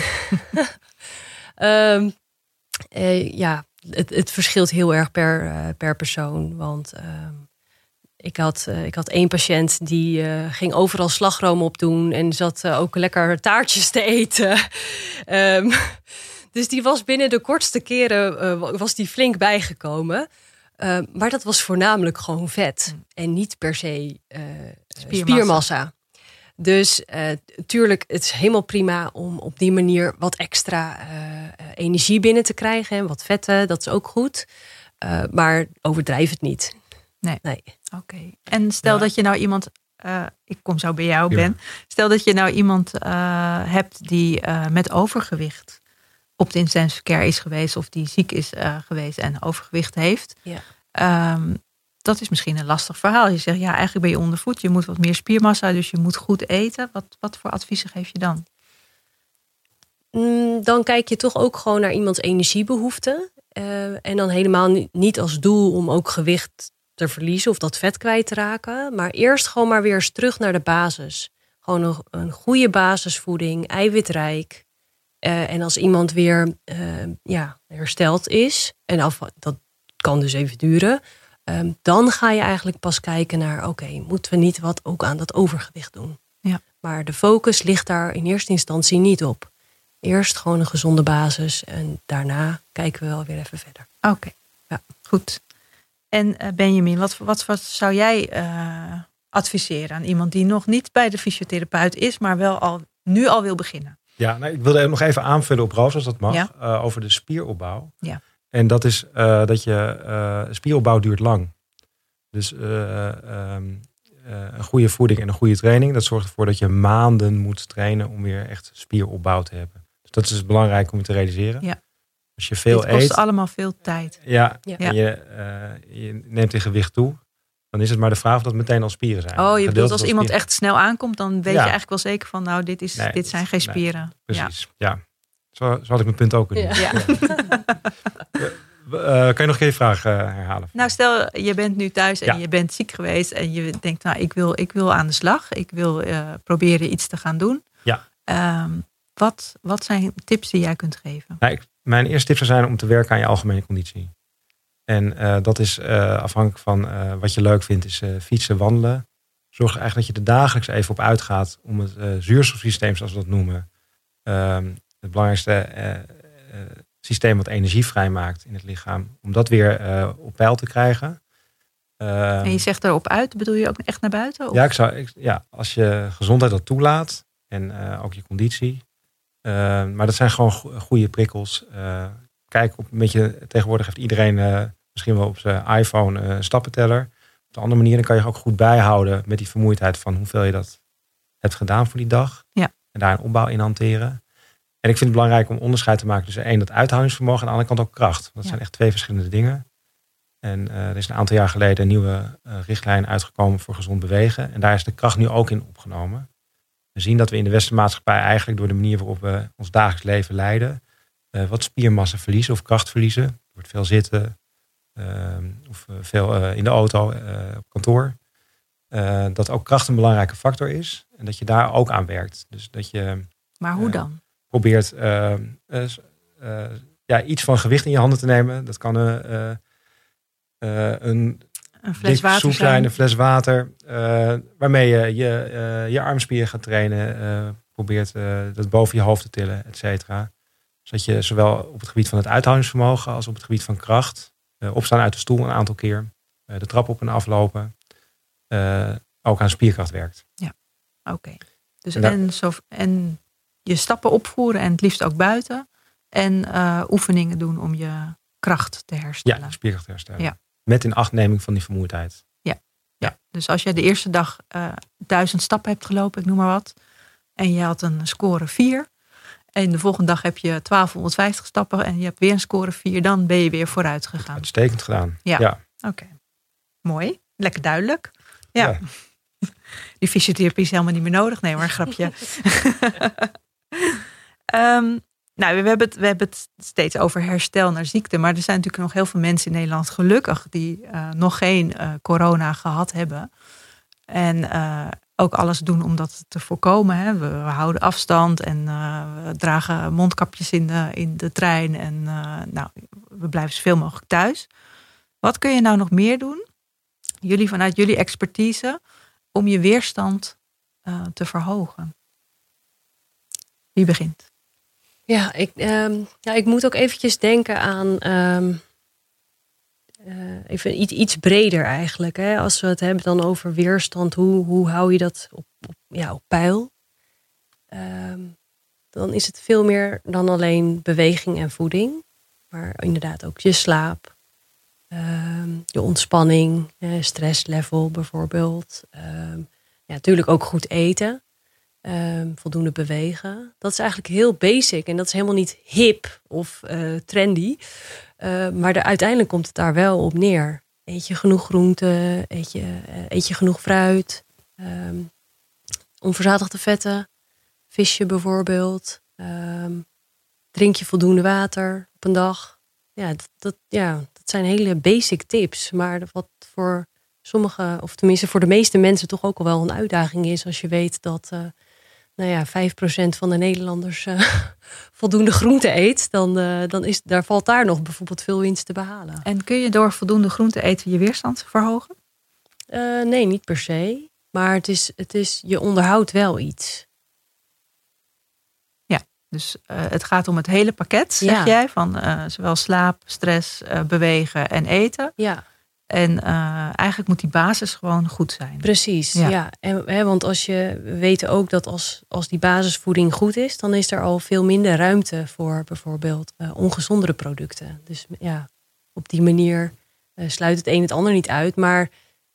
Het verschilt heel erg per persoon. Want ik had 1 patiënt die ging overal slagroom op doen. En zat ook lekker taartjes te eten. Dus die was binnen de kortste keren was die flink bijgekomen. Maar dat was voornamelijk gewoon vet. En niet per se spiermassa. Dus tuurlijk, het is helemaal prima om op die manier wat extra energie binnen te krijgen. En wat vetten, dat is ook goed. Maar overdrijf het niet. Nee. Oké. En stel dat je nou iemand... ik kom zo bij jou, Ben. Stel dat je nou iemand hebt die met overgewicht op de intensive care is geweest, of die ziek is geweest en overgewicht heeft. Ja. Dat is misschien een lastig verhaal. Je zegt, eigenlijk ben je ondervoed. Je moet wat meer spiermassa, dus je moet goed eten. Wat voor adviezen geef je dan? Dan kijk je toch ook gewoon naar iemands energiebehoeften. En dan helemaal niet als doel om ook gewicht te verliezen of dat vet kwijt te raken. Maar eerst gewoon maar weer eens terug naar de basis. Gewoon een goede basisvoeding, eiwitrijk. En als iemand weer hersteld is, en dat kan dus even duren, dan ga je eigenlijk pas kijken naar, moeten we niet wat ook aan dat overgewicht doen? Ja. Maar de focus ligt daar in eerste instantie niet op. Eerst gewoon een gezonde basis en daarna kijken we wel weer even verder. Oké. Ja. Goed. En Benjamin, wat zou jij adviseren aan iemand die nog niet bij de fysiotherapeut is, maar wel nu al wil beginnen? Ja, ik wilde nog even aanvullen op Roos, als dat mag, Ja. over de spieropbouw. Ja. En dat is dat je spieropbouw duurt lang. Dus een goede voeding en een goede training, dat zorgt ervoor dat je maanden moet trainen om weer echt spieropbouw te hebben. Dus dat is belangrijk om je te realiseren. Ja. Als je veel Dit kost eet, allemaal veel tijd. ja, Ja. en je neemt in gewicht toe, dan is het maar de vraag of dat meteen al spieren zijn. Oh, je Gedeeltelijk bedoelt als al iemand spieren. echt snel aankomt, dan weet je Ja. eigenlijk wel zeker van, nou, dit zijn geen nee, spieren. Precies, ja. Zo had ik mijn punt ook kunnen doen. Ja. Kan je nog een keer je vraag herhalen? Nou, stel, je bent nu thuis en Ja. je bent ziek geweest en je denkt, nou, ik wil aan de slag. Ik wil proberen iets te gaan doen. Ja. Wat zijn tips die jij kunt geven? Nou, mijn eerste tip zou zijn om te werken aan je algemene conditie. En dat is afhankelijk van wat je leuk vindt, is fietsen, wandelen. Zorg eigenlijk dat je er dagelijks even op uitgaat om het zuurstofsysteem, zoals we dat noemen. Het belangrijkste systeem wat energie vrijmaakt in het lichaam. Om dat weer op peil te krijgen. En je zegt erop uit, bedoel je ook echt naar buiten? Of? Ja, als je gezondheid dat toelaat en ook je conditie. Maar dat zijn gewoon goede prikkels. Kijk, tegenwoordig heeft iedereen misschien wel op zijn iPhone een stappenteller. Op de andere manier dan kan je ook goed bijhouden met die vermoeidheid van hoeveel je dat hebt gedaan voor die dag. Ja. En daar een opbouw in hanteren. En ik vind het belangrijk om onderscheid te maken tussen één, dat uithoudingsvermogen, en aan de andere kant ook kracht. Dat zijn echt twee verschillende dingen. En er is een aantal jaar geleden een nieuwe richtlijn uitgekomen voor gezond bewegen. En daar is de kracht nu ook in opgenomen. We zien dat we in de westerse maatschappij eigenlijk door de manier waarop we ons dagelijks leven leiden, wat spiermassa verliezen of kracht verliezen. Er wordt veel zitten of veel in de auto, op kantoor. Dat ook kracht een belangrijke factor is. En dat je daar ook aan werkt. Dus dat je Maar hoe dan? probeert iets van gewicht in je handen te nemen. Dat kan een Fles dik water soep zijn. zijn, een fles water. Waarmee je armspieren gaat trainen. Probeert dat boven je hoofd te tillen, et cetera. Zodat je zowel op het gebied van het uithoudingsvermogen als op het gebied van kracht, opstaan uit de stoel een aantal keer, de trap op en aflopen, ook aan spierkracht werkt. Oké. Dus En en je stappen opvoeren en het liefst ook buiten. En oefeningen doen om je kracht te herstellen. Ja, spierkracht herstellen. Ja. Met inachtneming van die vermoeidheid. Ja. Dus als jij de eerste dag 1000 stappen hebt gelopen, ik noem maar wat. En je had een score 4. En de volgende dag heb je 1250 stappen en je hebt weer een score 4. Dan ben je weer vooruit gegaan. Uitstekend gedaan. Ja. Oké. Mooi. Lekker duidelijk. Ja. Die fysiotherapie is helemaal niet meer nodig. Nee, maar een grapje. Nou, we hebben het steeds over herstel naar ziekte. Maar er zijn natuurlijk nog heel veel mensen in Nederland gelukkig die nog geen corona gehad hebben. En ook alles doen om dat te voorkomen. Hè. We houden afstand en we dragen mondkapjes in de trein. En we blijven zoveel mogelijk thuis. Wat kun je nou nog meer doen? Vanuit jullie expertise om je weerstand te verhogen. Wie begint? Ja, ik moet ook eventjes denken aan even iets breder eigenlijk. Hè? Als we het hebben dan over weerstand, hoe hou je dat op peil? Dan is het veel meer dan alleen beweging en voeding. Maar inderdaad ook je slaap, je ontspanning, stresslevel bijvoorbeeld. Natuurlijk ook goed eten. Voldoende bewegen. Dat is eigenlijk heel basic. En dat is helemaal niet hip of trendy. Maar uiteindelijk komt het daar wel op neer. Eet je genoeg groente? Eet je genoeg fruit? Onverzadigde vetten? Visje bijvoorbeeld? Drink je voldoende water op een dag? Dat zijn hele basic tips. Maar wat voor sommige, of tenminste voor de meeste mensen toch ook al wel een uitdaging is. Als je weet dat 5% van de Nederlanders voldoende groente eet. Dan valt daar nog bijvoorbeeld veel winst te behalen. En kun je door voldoende groente eten je weerstand verhogen? Nee, niet per se. Maar het is je onderhoudt wel iets. Ja, dus het gaat om het hele pakket, zeg jij. Van zowel slaap, stress, bewegen en eten. Ja. En eigenlijk moet die basis gewoon goed zijn. Precies, ja. En, want we weten ook dat als die basisvoeding goed is, dan is er al veel minder ruimte voor bijvoorbeeld ongezondere producten. Dus ja, op die manier sluit het een het ander niet uit. Maar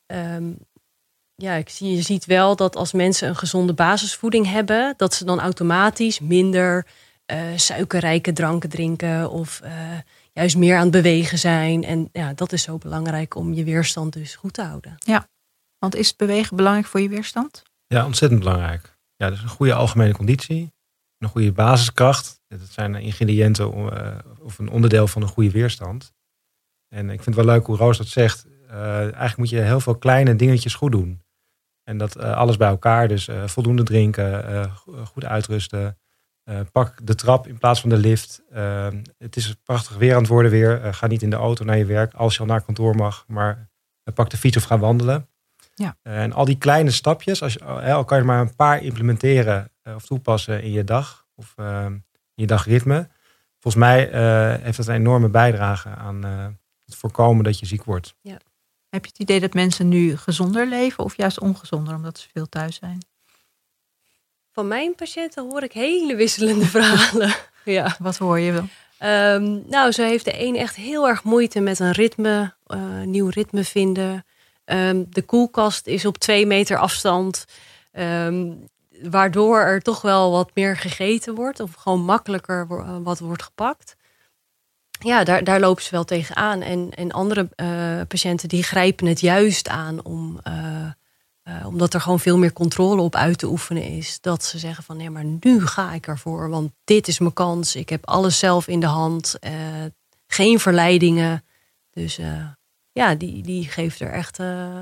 je ziet wel dat als mensen een gezonde basisvoeding hebben, dat ze dan automatisch minder suikerrijke dranken drinken of juist meer aan het bewegen zijn. En ja, dat is zo belangrijk om je weerstand dus goed te houden. Ja, want is bewegen belangrijk voor je weerstand? Ja, ontzettend belangrijk. Ja, dus een goede algemene conditie, een goede basiskracht. Dat zijn ingrediënten of een onderdeel van een goede weerstand. En ik vind het wel leuk hoe Roos dat zegt. Eigenlijk moet je heel veel kleine dingetjes goed doen. En dat alles bij elkaar. Dus voldoende drinken, goed uitrusten. Pak de trap in plaats van de lift. Het is prachtig weer aan het worden weer. Ga niet in de auto naar je werk als je al naar kantoor mag. Maar pak de fiets of ga wandelen. Ja. En al die kleine stapjes, al kan je er maar een paar implementeren of toepassen in je dag. Of in je dagritme. Volgens mij heeft dat een enorme bijdrage aan het voorkomen dat je ziek wordt. Ja. Heb je het idee dat mensen nu gezonder leven of juist ongezonder omdat ze veel thuis zijn? Van mijn patiënten hoor ik hele wisselende verhalen. Ja. Wat hoor je wel? Zo heeft de een echt heel erg moeite met een ritme, nieuw ritme vinden. De koelkast is op 2 meter afstand. Waardoor er toch wel wat meer gegeten wordt. Of gewoon makkelijker wat wordt gepakt. Ja, daar lopen ze wel tegenaan. En andere patiënten die grijpen het juist aan omdat er gewoon veel meer controle op uit te oefenen is. Dat ze zeggen van nee, maar nu ga ik ervoor. Want dit is mijn kans. Ik heb alles zelf in de hand. Geen verleidingen. Dus die geeft er echt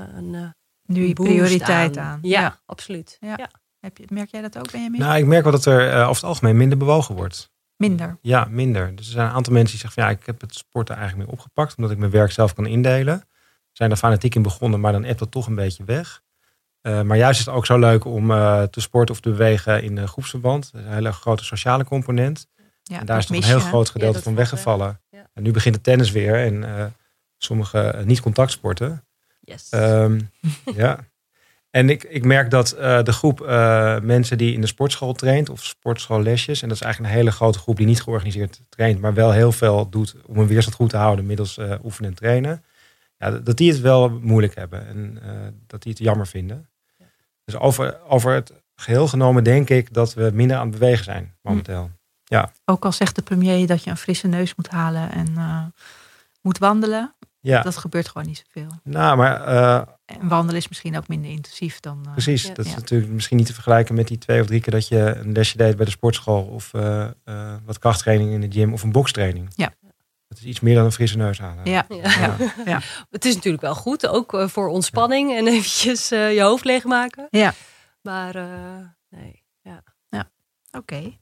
nu je prioriteit aan. Ja, absoluut. Ja. Merk jij dat ook, Benjamin? Nou, ik merk wel dat er over het algemeen minder bewogen wordt. Minder? Ja, minder. Dus er zijn een aantal mensen die zeggen van ik heb het sporten eigenlijk meer opgepakt. Omdat ik mijn werk zelf kan indelen. Zijn er fanatiek in begonnen, maar dan ebt dat toch een beetje weg. Maar juist is het ook zo leuk om te sporten of te bewegen in groepsverband. Dat is een hele grote sociale component. Ja, en daar is toch een heel groot gedeelte van weggevallen. Ja. En nu begint de tennis weer en sommige niet-contactsporten. Yes. Ja. En ik merk dat de groep mensen die in de sportschool traint of sportschoollesjes, en dat is eigenlijk een hele grote groep die niet georganiseerd traint, maar wel heel veel doet om een weerstand goed te houden middels oefenen en trainen. Ja, dat die het wel moeilijk hebben en dat die het jammer vinden. Ja. Dus over het geheel genomen denk ik dat we minder aan het bewegen zijn momenteel. Ja. Ook al zegt de premier dat je een frisse neus moet halen en moet wandelen. Ja. Dat gebeurt gewoon niet zoveel. Nou, maar en wandelen is misschien ook minder intensief dan. Precies, dat is natuurlijk misschien niet te vergelijken met die 2 of 3 keer dat je een lesje deed bij de sportschool of wat krachttraining in de gym of een bokstraining. Ja. Het is iets meer dan een frisse neus halen. Ja. Het is natuurlijk wel goed, ook voor ontspanning en eventjes je hoofd leegmaken. Ja. Maar nee. Ja. Oké.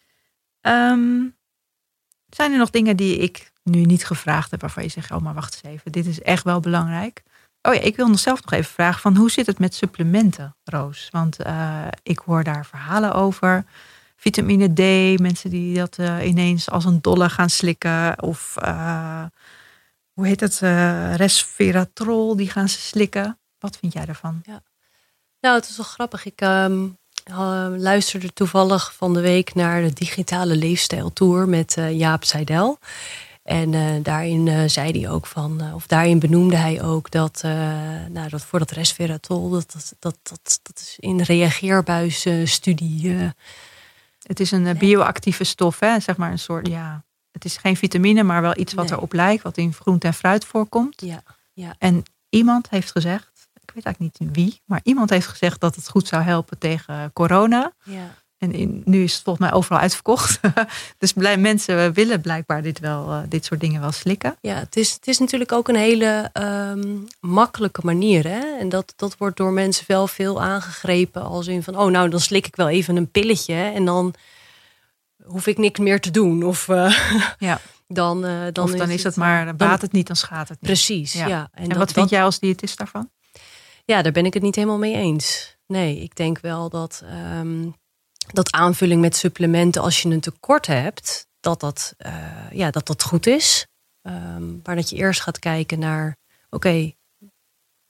Zijn er nog dingen die ik nu niet gevraagd heb waarvan je zegt, oh maar wacht eens even, dit is echt wel belangrijk. Oh ja, ik wil zelf nog even vragen van hoe zit het met supplementen, Roos? Want ik hoor daar verhalen over. Vitamine D, mensen die dat ineens als een dolle gaan slikken. Of hoe heet het? Resveratrol, die gaan ze slikken. Wat vind jij daarvan? Ja. Nou, het is wel grappig. Ik luisterde toevallig van de week naar de digitale leefstijltour met Jaap Seidel. En daarin zei hij ook daarin benoemde hij ook dat voor dat resveratrol, dat is in reageerbuisstudie. Het is een bioactieve stof, hè? Zeg maar een soort, het is geen vitamine, maar wel iets wat erop lijkt, wat in groente en fruit voorkomt. Ja. En iemand heeft gezegd, ik weet eigenlijk niet wie, maar iemand heeft gezegd dat het goed zou helpen tegen corona. Ja. En nu is het volgens mij overal uitverkocht. Dus mensen willen blijkbaar dit soort dingen wel slikken. Ja, het is natuurlijk ook een hele makkelijke manier. Hè? En dat wordt door mensen wel veel aangegrepen. Als in van, dan slik ik wel even een pilletje. En dan hoef ik niks meer te doen. Of dan is het maar, baat het niet, dan schaadt het niet. Precies, ja. En wat vind jij als diëtist daarvan? Ja, daar ben ik het niet helemaal mee eens. Nee, ik denk wel dat aanvulling met supplementen, als je een tekort hebt, dat goed is. Maar dat je eerst gaat kijken naar,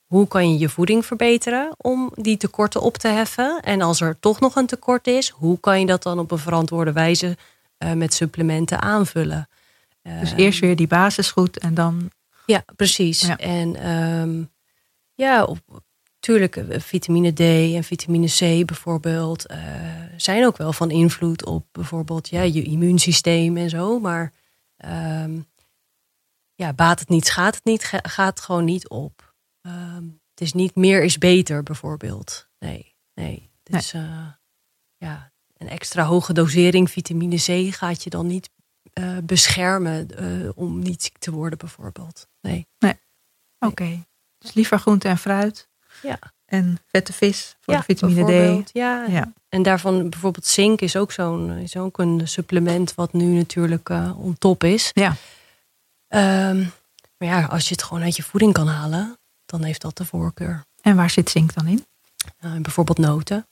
hoe kan je je voeding verbeteren om die tekorten op te heffen? En als er toch nog een tekort is, hoe kan je dat dan op een verantwoorde wijze met supplementen aanvullen? Dus eerst weer die basis goed en dan... Ja, precies. Ja. En natuurlijk vitamine D en vitamine C bijvoorbeeld zijn ook wel van invloed op bijvoorbeeld je immuunsysteem en zo. Maar baat het niet, schaadt het niet, gaat gewoon niet op. Het is niet meer is beter bijvoorbeeld. Nee. Dus een extra hoge dosering vitamine C gaat je dan niet beschermen om niet ziek te worden bijvoorbeeld. Nee. Oké. Dus liever groente en fruit. Ja. En vette vis voor de vitamine D. Ja. En daarvan bijvoorbeeld zink is ook een supplement wat nu natuurlijk on top is. Ja. Maar als je het gewoon uit je voeding kan halen, dan heeft dat de voorkeur. En waar zit zink dan in? Bijvoorbeeld noten.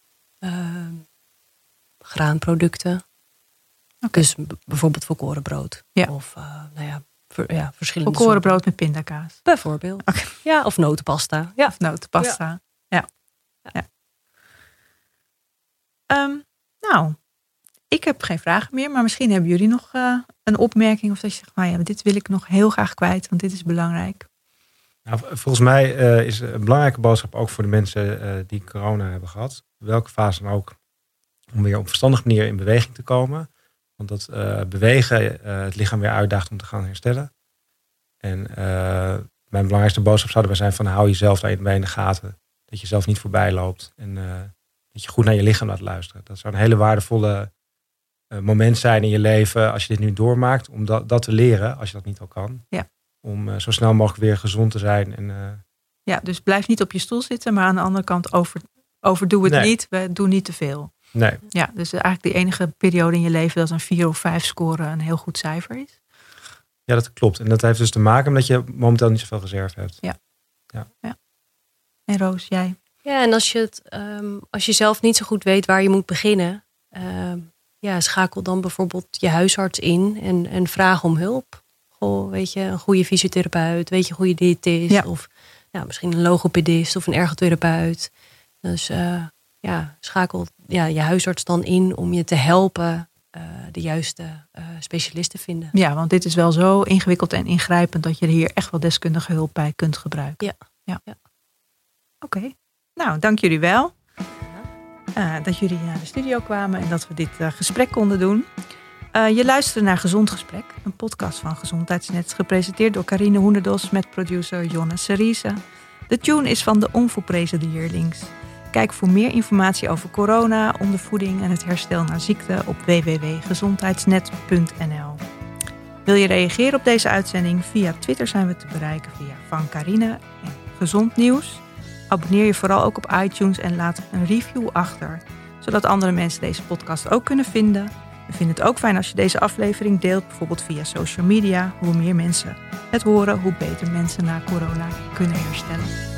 Graanproducten. Okay. Dus bijvoorbeeld volkorenbrood. Ja. Of verschillende volkorenbrood met pindakaas. Bijvoorbeeld. Okay. Ja, of notenpasta. Ja. Of notenpasta. Ja. Ik heb geen vragen meer. Maar misschien hebben jullie nog een opmerking. Of dat je zegt, dit wil ik nog heel graag kwijt. Want dit is belangrijk. Nou, volgens mij is een belangrijke boodschap ook voor de mensen die corona hebben gehad. Welke fase dan ook. Om weer op een verstandige manier in beweging te komen. Want dat bewegen het lichaam weer uitdaagt om te gaan herstellen. En mijn belangrijkste boodschap zou erbij zijn van hou jezelf daarin in de gaten. Dat je zelf niet voorbij loopt. En dat je goed naar je lichaam laat luisteren. Dat zou een hele waardevolle moment zijn in je leven als je dit nu doormaakt. Om dat te leren, als je dat niet al kan. Ja. Om zo snel mogelijk weer gezond te zijn. En, dus blijf niet op je stoel zitten. Maar aan de andere kant overdoe het niet. We doen niet te veel. Nee. Ja, dus eigenlijk die enige periode in je leven dat een 4 of 5 scoren een heel goed cijfer is. Ja, dat klopt. En dat heeft dus te maken met dat je momenteel niet zoveel reserve hebt. Ja. En Roos, jij? Ja, en als je zelf niet zo goed weet waar je moet beginnen, schakel dan bijvoorbeeld je huisarts in en vraag om hulp. Goh, weet je, een goede fysiotherapeut, weet je, een goede diëtist of misschien een logopedist of een ergotherapeut. Dus schakel je huisarts dan in om je te helpen de juiste specialist te vinden. Ja, want dit is wel zo ingewikkeld en ingrijpend dat je er hier echt wel deskundige hulp bij kunt gebruiken. Ja. Oké. Nou, dank jullie wel. Dat jullie naar de studio kwamen en dat we dit gesprek konden doen. Je luisterde naar Gezond Gesprek, een podcast van Gezondheidsnet, gepresenteerd door Carine Hoenderdos met producer Jonne Seriese. De tune is van de onvolprezen Dierlings. Kijk voor meer informatie over corona, ondervoeding en het herstel na ziekte op www.gezondheidsnet.nl. Wil je reageren op deze uitzending? Via Twitter zijn we te bereiken via Van Carine en Gezond Nieuws. Abonneer je vooral ook op iTunes en laat een review achter, zodat andere mensen deze podcast ook kunnen vinden. We vinden het ook fijn als je deze aflevering deelt, bijvoorbeeld via social media. Hoe meer mensen het horen, hoe beter mensen na corona kunnen herstellen.